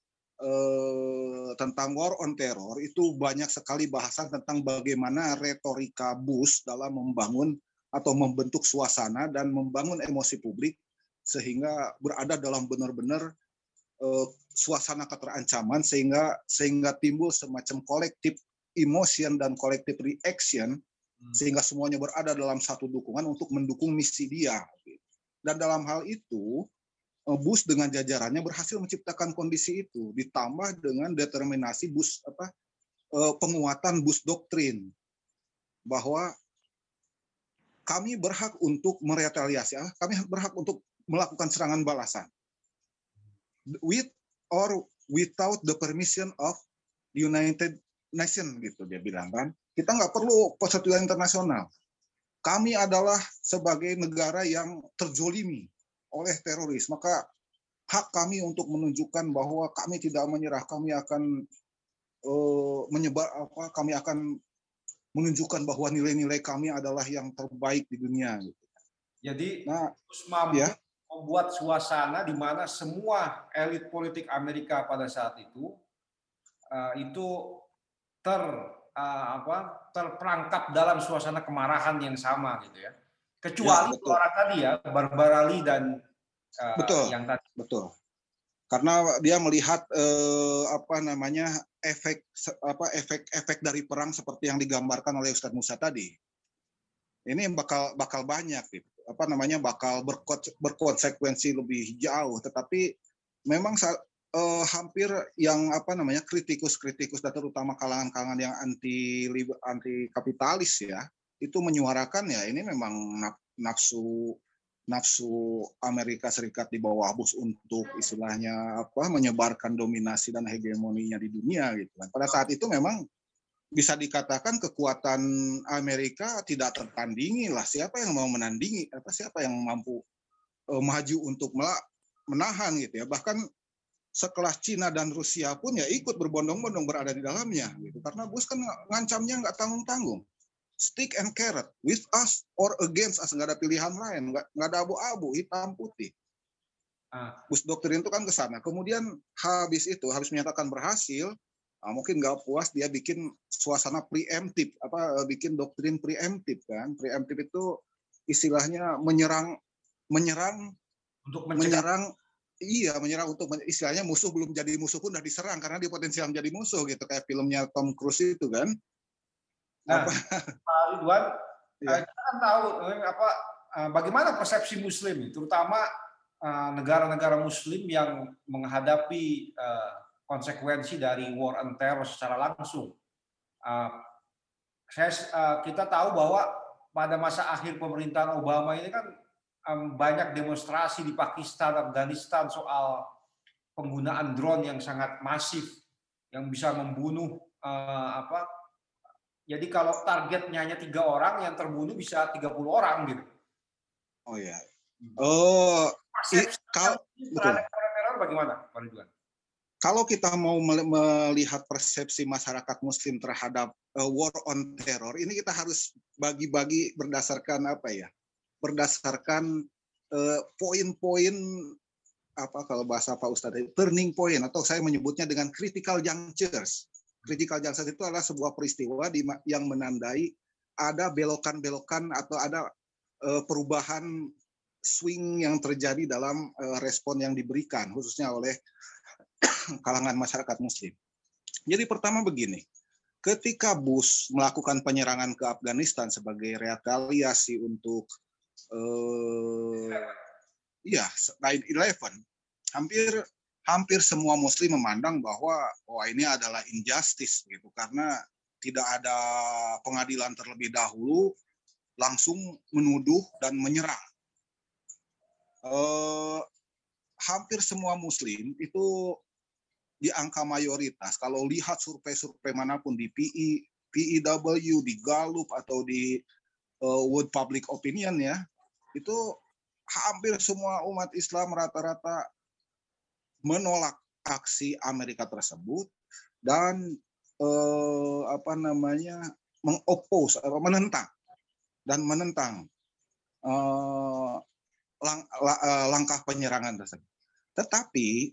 Eh, tentang war on terror itu banyak sekali bahasan tentang bagaimana retorika Bush dalam membangun atau membentuk suasana dan membangun emosi publik sehingga berada dalam benar-benar eh, suasana keterancaman, sehingga sehingga timbul semacam collective emotion dan collective reaction, hmm. sehingga semuanya berada dalam satu dukungan untuk mendukung misi dia. Dan dalam hal itu Bush dengan jajarannya berhasil menciptakan kondisi itu, ditambah dengan determinasi Bush apa penguatan Bush doktrin bahwa kami berhak untuk meretaliasi, kami berhak untuk melakukan serangan balasan, with or without the permission of the United Nations, gitu dia bilang kan. Kita nggak perlu persetujuan internasional. Kami adalah sebagai negara yang terzolimi oleh teroris, maka hak kami untuk menunjukkan bahwa kami tidak menyerah, kami akan uh, menyebar apa, kami akan menunjukkan bahwa nilai-nilai kami adalah yang terbaik di dunia. Gitu. Jadi, nah, terus mampu ya? membuat suasana di mana semua elit politik Amerika pada saat itu uh, itu ter uh, apa terperangkap dalam suasana kemarahan yang sama gitu ya. Kecuali ya, orang tadi ya, Barbara Lee dan uh, betul, yang tadi. Betul. Karena dia melihat eh, apa namanya efek apa efek-efek dari perang seperti yang digambarkan oleh Ustadz Musa tadi. Ini bakal bakal banyak gitu. Apa namanya bakal berkonsekuensi lebih jauh, tetapi memang eh, hampir yang apa namanya kritikus-kritikus dan terutama kalangan-kalangan yang anti anti kapitalis ya, itu menyuarakan ya ini memang nafsu nafsu Amerika Serikat di bawah Bush untuk istilahnya apa menyebarkan dominasi dan hegemoninya di dunia gitu kan. Pada saat itu memang bisa dikatakan kekuatan Amerika tidak tertandingi lah. Siapa yang mau menandingi? Apa siapa yang mampu uh, maju untuk menahan gitu ya. Bahkan sekelas Cina dan Rusia pun ya ikut berbondong-bondong berada di dalamnya gitu. Karena Bush kan ngancamnya nggak tanggung-tanggung. stick and carrot, with us or against us, nggak ada pilihan lain, nggak, nggak ada abu-abu, hitam putih. Ah. Bush doktrin itu kan ke sana. Kemudian habis itu, habis menyatakan berhasil, nah, mungkin nggak puas, dia bikin suasana preemptif, apa bikin doktrin preemptif kan. Preemptif itu istilahnya menyerang, menyerang, Untuk mencegah. menyerang, iya menyerang untuk istilahnya musuh belum jadi musuh pun udah diserang karena dia potensial menjadi musuh gitu, kayak filmnya Tom Cruise itu kan. Nah, Apa? Pak Ridwan, Ya. kita kan tahu apa bagaimana persepsi Muslim, terutama negara-negara Muslim yang menghadapi konsekuensi dari war on terror secara langsung. Saya, kita tahu bahwa pada masa akhir pemerintahan Obama ini kan banyak demonstrasi di Pakistan, Afghanistan soal penggunaan drone yang sangat masif yang bisa membunuh apa. Jadi kalau targetnya hanya tiga orang, yang terbunuh bisa tiga puluh orang gitu. Oh ya. Oh, persepsi kalau terhadap teror bagaimana, Pak Ridwan? Kalau kita mau melihat persepsi masyarakat Muslim terhadap uh, war on terror, ini kita harus bagi-bagi berdasarkan apa ya? Berdasarkan poin-poin uh, apa kalau bahasa Pak Ustadz, turning point, atau saya menyebutnya dengan critical junctures. Critical junctures itu adalah sebuah peristiwa di, yang menandai ada belokan-belokan atau ada uh, perubahan swing yang terjadi dalam uh, respon yang diberikan, khususnya oleh kalangan masyarakat Muslim. Jadi pertama begini, ketika Bush melakukan penyerangan ke Afghanistan sebagai retaliasi untuk uh, ya nine eleven, hampir hampir semua Muslim memandang bahwa oh ini adalah injustice gitu, karena tidak ada pengadilan terlebih dahulu, langsung menuduh dan menyerang. Uh, hampir semua Muslim itu di angka mayoritas, kalau lihat survei-survei manapun di P I, P I W, di Gallup atau di uh, World Public Opinion ya, itu hampir semua umat Islam rata-rata menolak aksi Amerika tersebut dan uh, apa namanya mengopos, menentang dan menentang uh, lang, uh, langkah penyerangan tersebut. Tetapi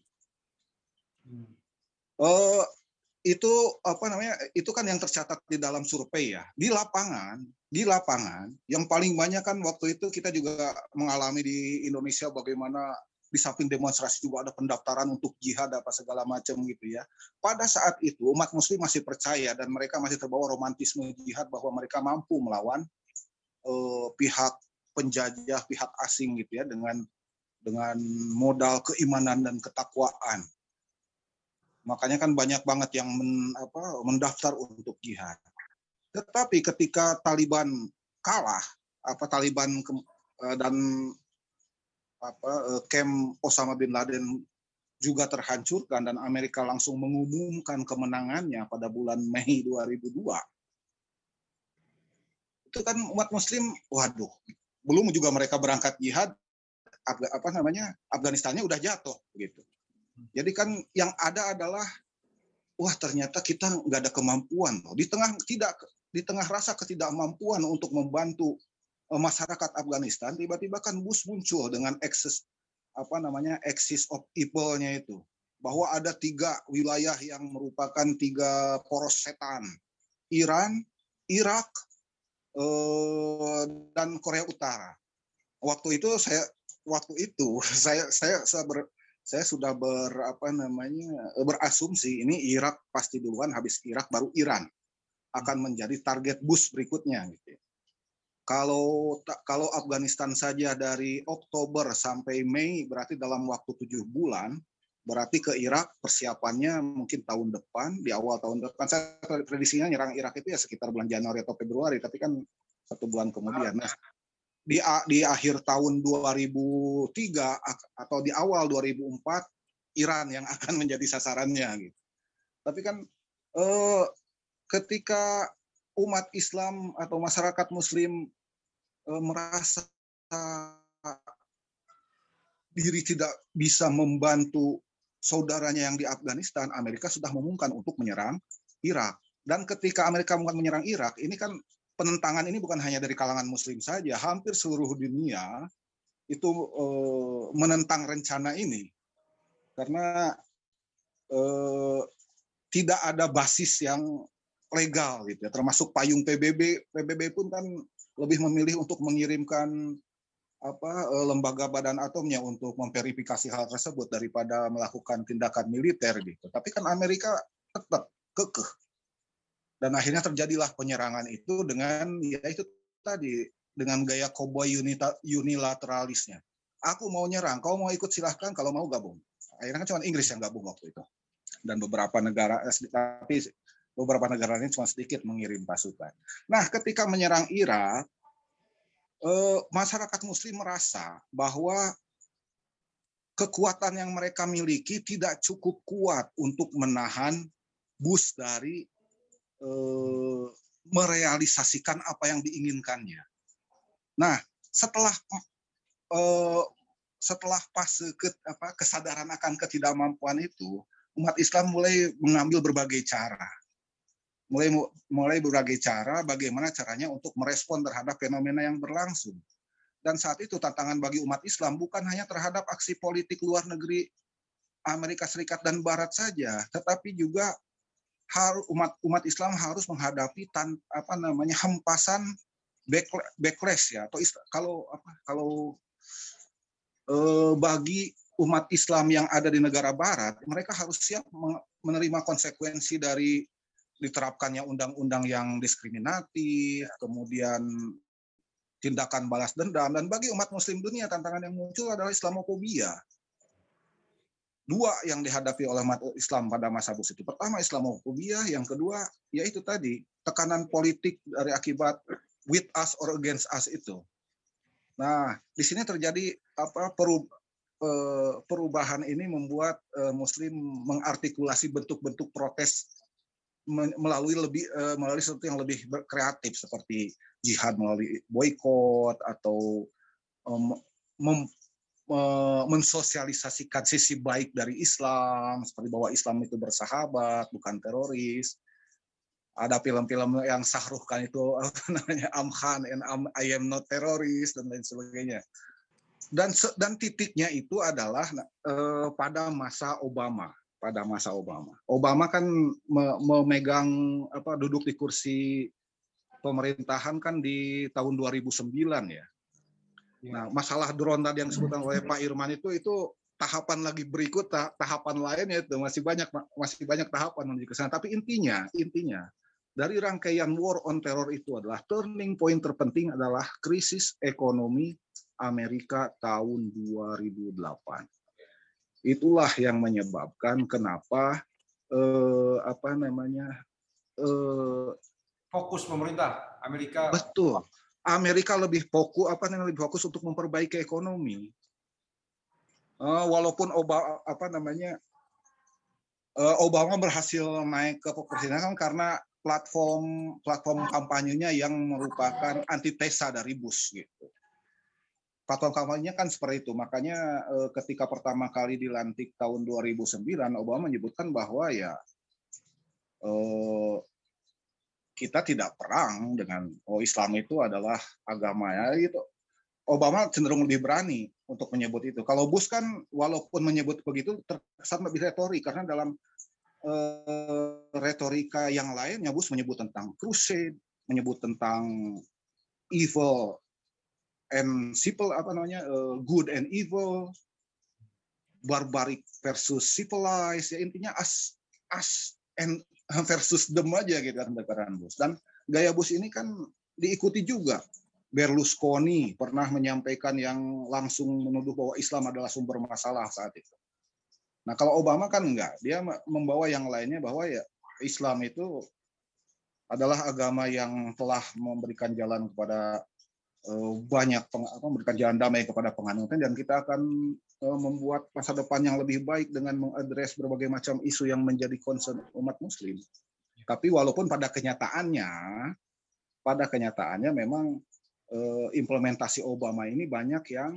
uh, itu apa namanya itu kan yang tercatat di dalam survei ya. Di lapangan, di lapangan yang paling banyak kan waktu itu kita juga mengalami di Indonesia bagaimana di samping demonstrasi juga ada pendaftaran untuk jihad apa segala macam gitu ya. Pada saat itu umat Muslim masih percaya dan mereka masih terbawa romantisme jihad bahwa mereka mampu melawan uh, pihak penjajah, pihak asing gitu ya, dengan dengan modal keimanan dan ketakwaan. Makanya kan banyak banget yang men, apa, mendaftar untuk jihad. Tetapi ketika Taliban kalah, apa Taliban ke, dan apa camp Osama bin Laden juga terhancurkan dan Amerika langsung mengumumkan kemenangannya pada bulan Mei dua ribu dua. Itu kan umat Muslim, waduh, belum juga mereka berangkat jihad, apa namanya Afganistannya udah jatuh gitu. Jadi kan yang ada adalah wah ternyata kita nggak ada kemampuan loh. Di tengah tidak di tengah rasa ketidakmampuan untuk membantu masyarakat Afghanistan, tiba-tiba kan Bush muncul dengan axis apa namanya axis of evil-nya itu, bahwa ada tiga wilayah yang merupakan tiga poros setan, Iran, Irak, eh, dan Korea Utara. Waktu itu saya waktu itu saya saya saya, ber, saya sudah ber apa namanya berasumsi ini Irak pasti duluan, habis Irak baru Iran akan menjadi target Bush berikutnya gitu. Kalau kalau Afghanistan saja dari Oktober sampai Mei berarti dalam waktu tujuh bulan, berarti ke Irak persiapannya mungkin tahun depan, di awal tahun depan. Saya prediksinya nyerang Irak itu ya sekitar bulan Januari atau Februari, tapi kan satu bulan kemudian. Nah, di di akhir tahun dua ribu tiga atau di awal dua ribu empat Iran yang akan menjadi sasarannya gitu. Tapi kan eh, ketika umat Islam atau masyarakat Muslim eh, merasa diri tidak bisa membantu saudaranya yang di Afghanistan, Amerika sudah mengumumkan untuk menyerang Irak. Dan ketika Amerika mengumumkan menyerang Irak, ini kan penentangan ini bukan hanya dari kalangan Muslim saja, hampir seluruh dunia itu eh, menentang rencana ini karena eh, tidak ada basis yang legal gitu ya, termasuk payung P B B. P B B pun kan lebih memilih untuk mengirimkan apa lembaga badan atomnya untuk memverifikasi hal tersebut daripada melakukan tindakan militer gitu. Tapi kan Amerika tetap kekeh. Dan akhirnya terjadilah penyerangan itu dengan ya itu tadi dengan gaya koboi unilateralisnya. Aku mau nyerang, kau mau ikut silahkan, kalau mau gabung. Akhirnya kan cuma Inggris yang gabung waktu itu. Dan beberapa negara, tapi beberapa negara ini cuma sedikit mengirim pasukan. Nah, ketika menyerang Irak, eh, masyarakat Muslim merasa bahwa kekuatan yang mereka miliki tidak cukup kuat untuk menahan Bush dari eh, merealisasikan apa yang diinginkannya. Nah, setelah eh, setelah fase ke, apa, kesadaran akan ketidakmampuan itu, umat Islam mulai mengambil berbagai cara. Mulai mulai berbagai cara bagaimana caranya untuk merespon terhadap fenomena yang berlangsung. Dan saat itu tantangan bagi umat Islam bukan hanya terhadap aksi politik luar negeri Amerika Serikat dan Barat saja, tetapi juga harus umat umat Islam harus menghadapi tan, apa namanya hempasan backlash ya, atau kalau apa kalau eh, bagi umat Islam yang ada di negara Barat, mereka harus siap menerima konsekuensi dari diterapkannya undang-undang yang diskriminatif, kemudian tindakan balas dendam, dan bagi umat Muslim dunia tantangan yang muncul adalah Islamofobia. Dua yang dihadapi oleh umat Islam pada masa Bush itu. Pertama Islamofobia, yang kedua yaitu tadi tekanan politik dari akibat with us or against us itu. Nah, di sini terjadi apa perubahan ini membuat Muslim mengartikulasi bentuk-bentuk protes melalui lebih melalui sesuatu yang lebih kreatif seperti jihad melalui boikot atau mem, mensosialisasikan sisi baik dari Islam seperti bahwa Islam itu bersahabat bukan teroris. Ada film-film yang Shah Rukh Khan itu apa namanya I'm Khan and I'm, I am not terrorist dan lain sebagainya. Dan dan titiknya itu adalah eh, pada masa Obama. pada masa Obama. Obama kan memegang apa duduk di kursi pemerintahan kan di tahun dua ribu sembilan ya. Nah, masalah drone tadi yang disebutkan oleh Pak Irman itu itu tahapan lagi berikut, tahapan lain ya itu masih banyak masih banyak tahapan menuju ke sana. Tapi intinya intinya dari rangkaian war on terror itu adalah turning point terpenting adalah krisis ekonomi Amerika tahun dua ribu delapan. Itulah yang menyebabkan kenapa eh, apa namanya eh, fokus pemerintah Amerika. Betul, Amerika lebih fokus apa namanya lebih fokus untuk memperbaiki ekonomi. Eh, walaupun Obama apa namanya eh, Obama berhasil naik ke kepresidenan karena platform platform kampanyenya yang merupakan antitesa dari Bush gitu. Platform kampanyenya kan seperti itu. Makanya eh, ketika pertama kali dilantik tahun dua ribu sembilan, Obama menyebutkan bahwa ya eh, kita tidak perang dengan oh Islam itu adalah agamanya gitu. Obama cenderung lebih berani untuk menyebut itu. Kalau Bush kan walaupun menyebut begitu terkesan lebih retorik karena dalam eh, retorika yang lainnya Bush menyebut tentang crusade, menyebut tentang evil and simple apa namanya uh, good and evil, barbaric versus civilized, ya intinya as as and versus them aja gitu kan pendekatan Bush. Dan gaya Bush ini kan diikuti juga. Berlusconi pernah menyampaikan yang langsung menuduh bahwa Islam adalah sumber masalah saat itu. Nah kalau Obama kan enggak, dia membawa yang lainnya bahwa ya Islam itu adalah agama yang telah memberikan jalan kepada banyak apa, memberikan jalan damai kepada penganutnya dan kita akan uh, membuat masa depan yang lebih baik dengan mengadres berbagai macam isu yang menjadi concern umat Muslim. Tapi walaupun pada kenyataannya, pada kenyataannya memang uh, implementasi Obama ini banyak yang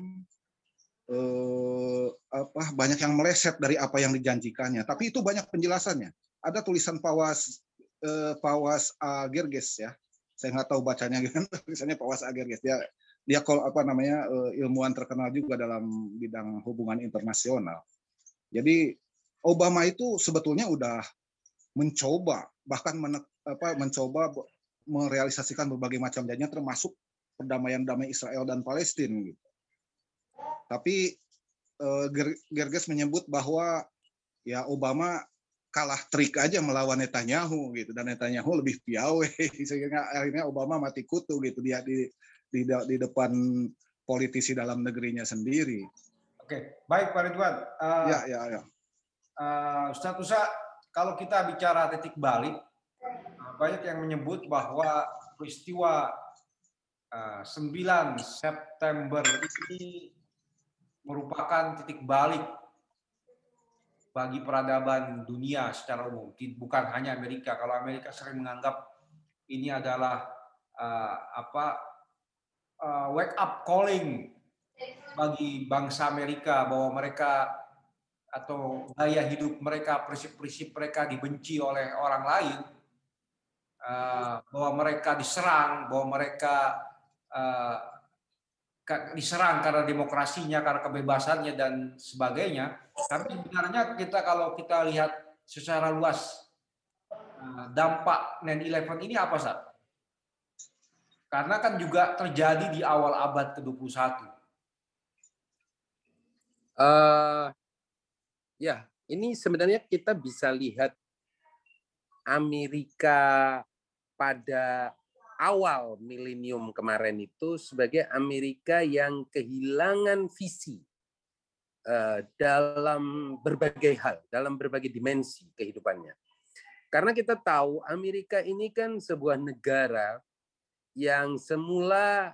uh, apa banyak yang meleset dari apa yang dijanjikannya. Tapi itu banyak penjelasannya. Ada tulisan Pawas uh, Pawas uh, Gerges ya. saya nggak tahu bacanya gimana, misalnya Pak Was Agerges, dia dia kalau apa namanya ilmuwan terkenal juga dalam bidang hubungan internasional. Jadi Obama itu sebetulnya udah mencoba bahkan men, apa, mencoba merealisasikan berbagai macam janjinya termasuk perdamaian damai Israel dan Palestina gitu. Tapi eh, Gerges menyebut bahwa ya Obama kalah trik aja melawan Netanyahu gitu, dan Netanyahu lebih piawe sehingga akhirnya Obama mati kutu gitu dia di di, di depan politisi dalam negerinya sendiri. Oke, baik Pak Ridwan. Uh, ya, ya, ya. Uh, Ustadz Usa, kalau kita bicara titik balik, banyak yang menyebut bahwa peristiwa uh, sembilan September ini merupakan titik balik bagi peradaban dunia secara umum, bukan hanya Amerika. Kalau Amerika sering menganggap ini adalah uh, apa uh, wake up calling bagi bangsa Amerika, bahwa mereka atau gaya hidup mereka, prinsip-prinsip mereka dibenci oleh orang lain, uh, bahwa mereka diserang, bahwa mereka uh, diserang karena demokrasinya, karena kebebasannya dan sebagainya. Tapi sebenarnya kita kalau kita lihat secara luas dampak nine eleven ini apa, Sat? Karena kan juga terjadi di awal abad ke dua puluh satu. Uh, ya, ini sebenarnya kita bisa lihat Amerika pada awal milenium kemarin itu sebagai Amerika yang kehilangan visi uh, dalam berbagai hal, dalam berbagai dimensi kehidupannya. Karena kita tahu Amerika ini kan sebuah negara yang semula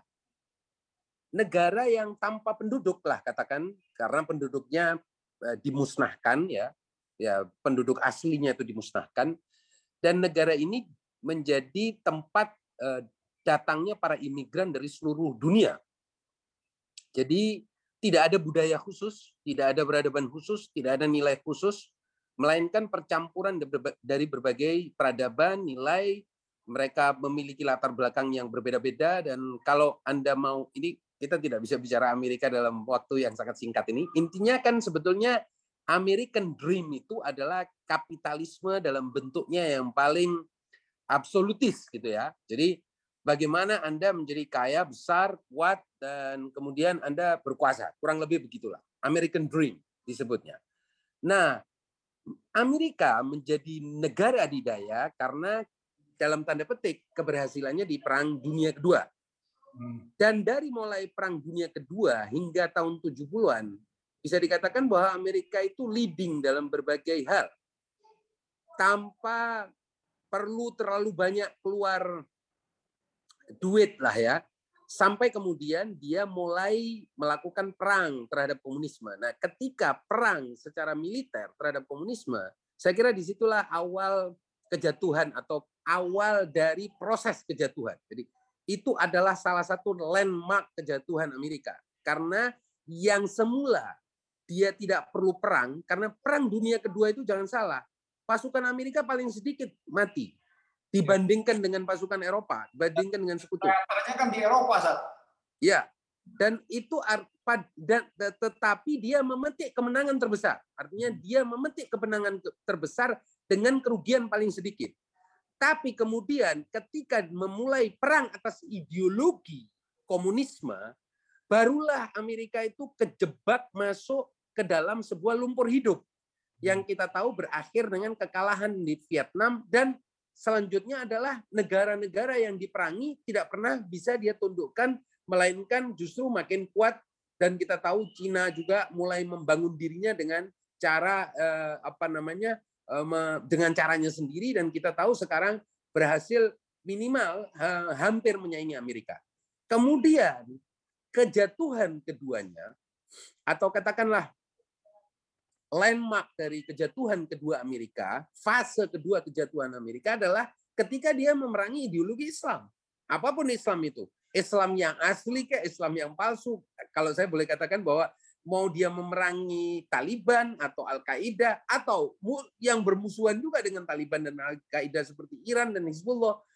negara yang tanpa penduduk lah katakan, karena penduduknya uh, dimusnahkan ya, ya penduduk aslinya itu dimusnahkan, dan negara ini menjadi tempat datangnya para imigran dari seluruh dunia. Jadi tidak ada budaya khusus, tidak ada peradaban khusus, tidak ada nilai khusus, melainkan percampuran dari berbagai peradaban, nilai. Mereka memiliki latar belakang yang berbeda-beda, dan kalau Anda mau, ini kita tidak bisa bicara Amerika dalam waktu yang sangat singkat ini. Intinya kan sebetulnya American Dream itu adalah kapitalisme dalam bentuknya yang paling absolutis gitu ya. Jadi bagaimana Anda menjadi kaya, besar, kuat, dan kemudian Anda berkuasa. Kurang lebih begitulah. American Dream disebutnya. Nah, Amerika menjadi negara adidaya karena dalam tanda petik keberhasilannya di Perang Dunia Kedua. Dan dari mulai Perang Dunia Kedua hingga tahun tujuh puluhan, bisa dikatakan bahwa Amerika itu leading dalam berbagai hal. Tanpa perlu terlalu banyak keluar duit lah ya, sampai kemudian dia mulai melakukan perang terhadap komunisme. Nah, ketika perang secara militer terhadap komunisme, saya kira disitulah awal kejatuhan atau awal dari proses kejatuhan. Jadi itu adalah salah satu landmark kejatuhan Amerika, karena yang semula dia tidak perlu perang, karena Perang Dunia Kedua itu jangan salah, pasukan Amerika paling sedikit mati dibandingkan dengan pasukan Eropa, dibandingkan dengan sekutu. Antaranya kan di Eropa, Sat. Ya, dan itu dan tetapi dia memetik kemenangan terbesar. Artinya dia memetik kemenangan terbesar dengan kerugian paling sedikit. Tapi kemudian ketika memulai perang atas ideologi komunisme, barulah Amerika itu kejebak masuk ke dalam sebuah lumpur hidup yang kita tahu berakhir dengan kekalahan di Vietnam, dan selanjutnya adalah negara-negara yang diperangi tidak pernah bisa dia tundukkan, melainkan justru makin kuat. Dan kita tahu Cina juga mulai membangun dirinya dengan cara eh, apa namanya eh, dengan caranya sendiri, dan kita tahu sekarang berhasil minimal eh, hampir menyaingi Amerika. Kemudian kejatuhan keduanya, atau katakanlah landmark dari kejatuhan kedua Amerika, fase kedua kejatuhan Amerika adalah ketika dia memerangi ideologi Islam. Apapun Islam itu, Islam yang asli ke Islam yang palsu. Kalau saya boleh katakan bahwa mau dia memerangi Taliban atau Al-Qaeda, atau yang bermusuhan juga dengan Taliban dan Al-Qaeda seperti Iran dan Hizbullah,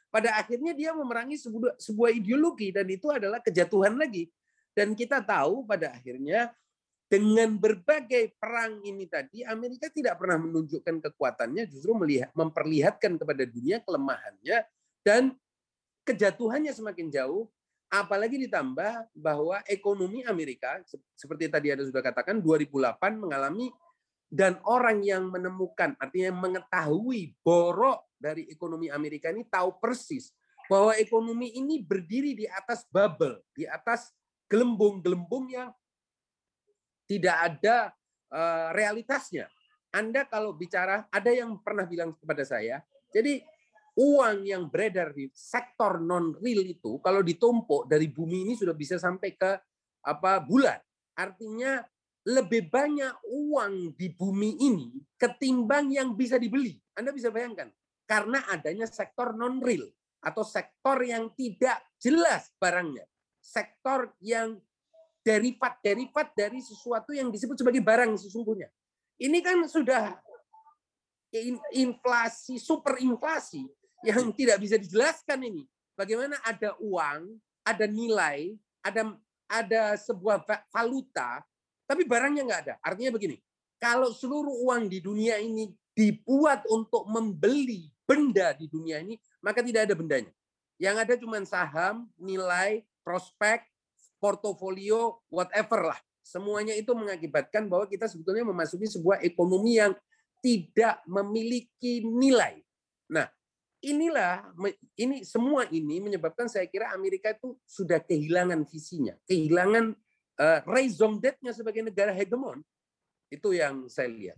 pada akhirnya dia memerangi sebuah, sebuah ideologi, dan itu adalah kejatuhan lagi. Dan kita tahu pada akhirnya dengan berbagai perang ini tadi, Amerika tidak pernah menunjukkan kekuatannya, justru melihat, memperlihatkan kepada dunia kelemahannya, dan kejatuhannya semakin jauh. Apalagi ditambah bahwa ekonomi Amerika, seperti tadi ada sudah katakan, dua ribu delapan mengalami, dan orang yang menemukan, artinya mengetahui borok dari ekonomi Amerika ini tahu persis bahwa ekonomi ini berdiri di atas bubble, di atas gelembung-gelembung yang tidak ada uh, realitasnya. Anda kalau bicara, ada yang pernah bilang kepada saya, jadi uang yang beredar di sektor non-real itu kalau ditumpuk dari bumi ini sudah bisa sampai ke apa bulan. Artinya lebih banyak uang di bumi ini ketimbang yang bisa dibeli. Anda bisa bayangkan, karena adanya sektor non-real atau sektor yang tidak jelas barangnya. Sektor yang derivat-derivat dari sesuatu yang disebut sebagai barang sesungguhnya. Ini kan sudah inflasi, superinflasi yang tidak bisa dijelaskan ini. Bagaimana ada uang, ada nilai, ada ada sebuah valuta, tapi barangnya nggak ada. Artinya begini, kalau seluruh uang di dunia ini dibuat untuk membeli benda di dunia ini, maka tidak ada bendanya. Yang ada cuma saham, nilai, prospek, portofolio, whatever lah. Semuanya itu mengakibatkan bahwa kita sebetulnya memasuki sebuah ekonomi yang tidak memiliki nilai. Nah, inilah ini semua ini menyebabkan saya kira Amerika itu sudah kehilangan visinya, kehilangan uh, raison d'être-nya sebagai negara hegemon. Itu yang saya lihat.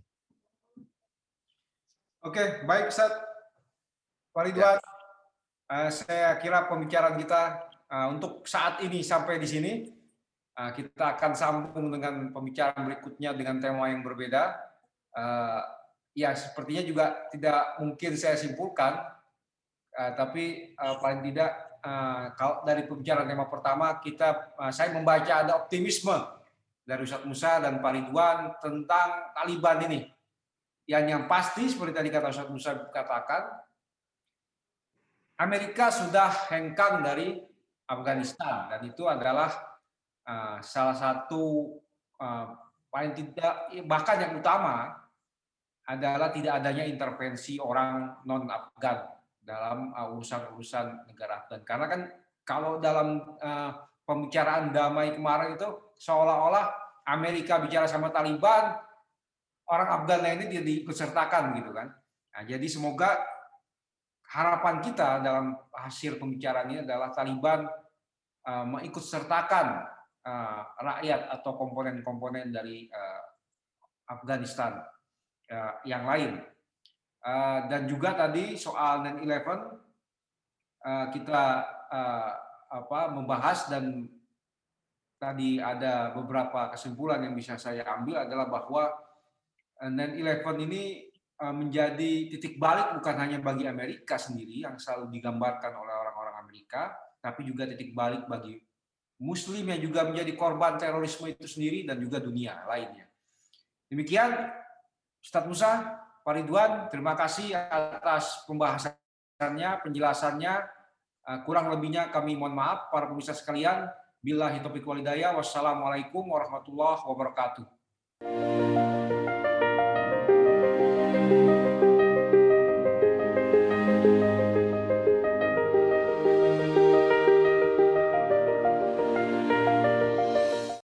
Oke, baik Ustaz. Pak Ridwan, ya. uh, saya kira pembicaraan kita uh, untuk saat ini sampai di sini. Uh, kita akan sambung dengan pembicaraan berikutnya dengan tema yang berbeda. Uh, ya, sepertinya juga tidak mungkin saya simpulkan, uh, tapi uh, paling tidak uh, kalau dari pembicaraan tema pertama kita, uh, saya membaca ada optimisme dari Ustadz Musa dan Pak Ridwan tentang Taliban ini. Yang yang pasti seperti tadi kata Ustadz Musa katakan, Amerika sudah hengkang dari Afghanistan, dan itu adalah Uh, salah satu uh, paling tidak bahkan yang utama adalah tidak adanya intervensi orang non Afgan dalam uh, urusan-urusan negara Afgan. Karena kan kalau dalam uh, pembicaraan damai kemarin itu seolah-olah Amerika bicara sama Taliban, orang Afgan lainnya dia diikutsertakan gitu kan. Nah, jadi semoga harapan kita dalam hasil pembicaraan ini adalah Taliban uh, mengikutsertakan Uh, rakyat atau komponen-komponen dari uh, Afghanistan uh, yang lain. Uh, dan juga tadi soal nine eleven uh, kita uh, apa, membahas, dan tadi ada beberapa kesimpulan yang bisa saya ambil adalah bahwa uh, nine eleven ini uh, menjadi titik balik bukan hanya bagi Amerika sendiri yang selalu digambarkan oleh orang-orang Amerika, tapi juga titik balik bagi Muslim yang juga menjadi korban terorisme itu sendiri dan juga dunia lainnya. Demikian, Ustadz Musa, Pak Ridwan, terima kasih atas pembahasannya, penjelasannya. Kurang lebihnya kami mohon maaf, para pemirsa sekalian. Billahi taufiq wal hidayah. Wassalamualaikum warahmatullahi wabarakatuh.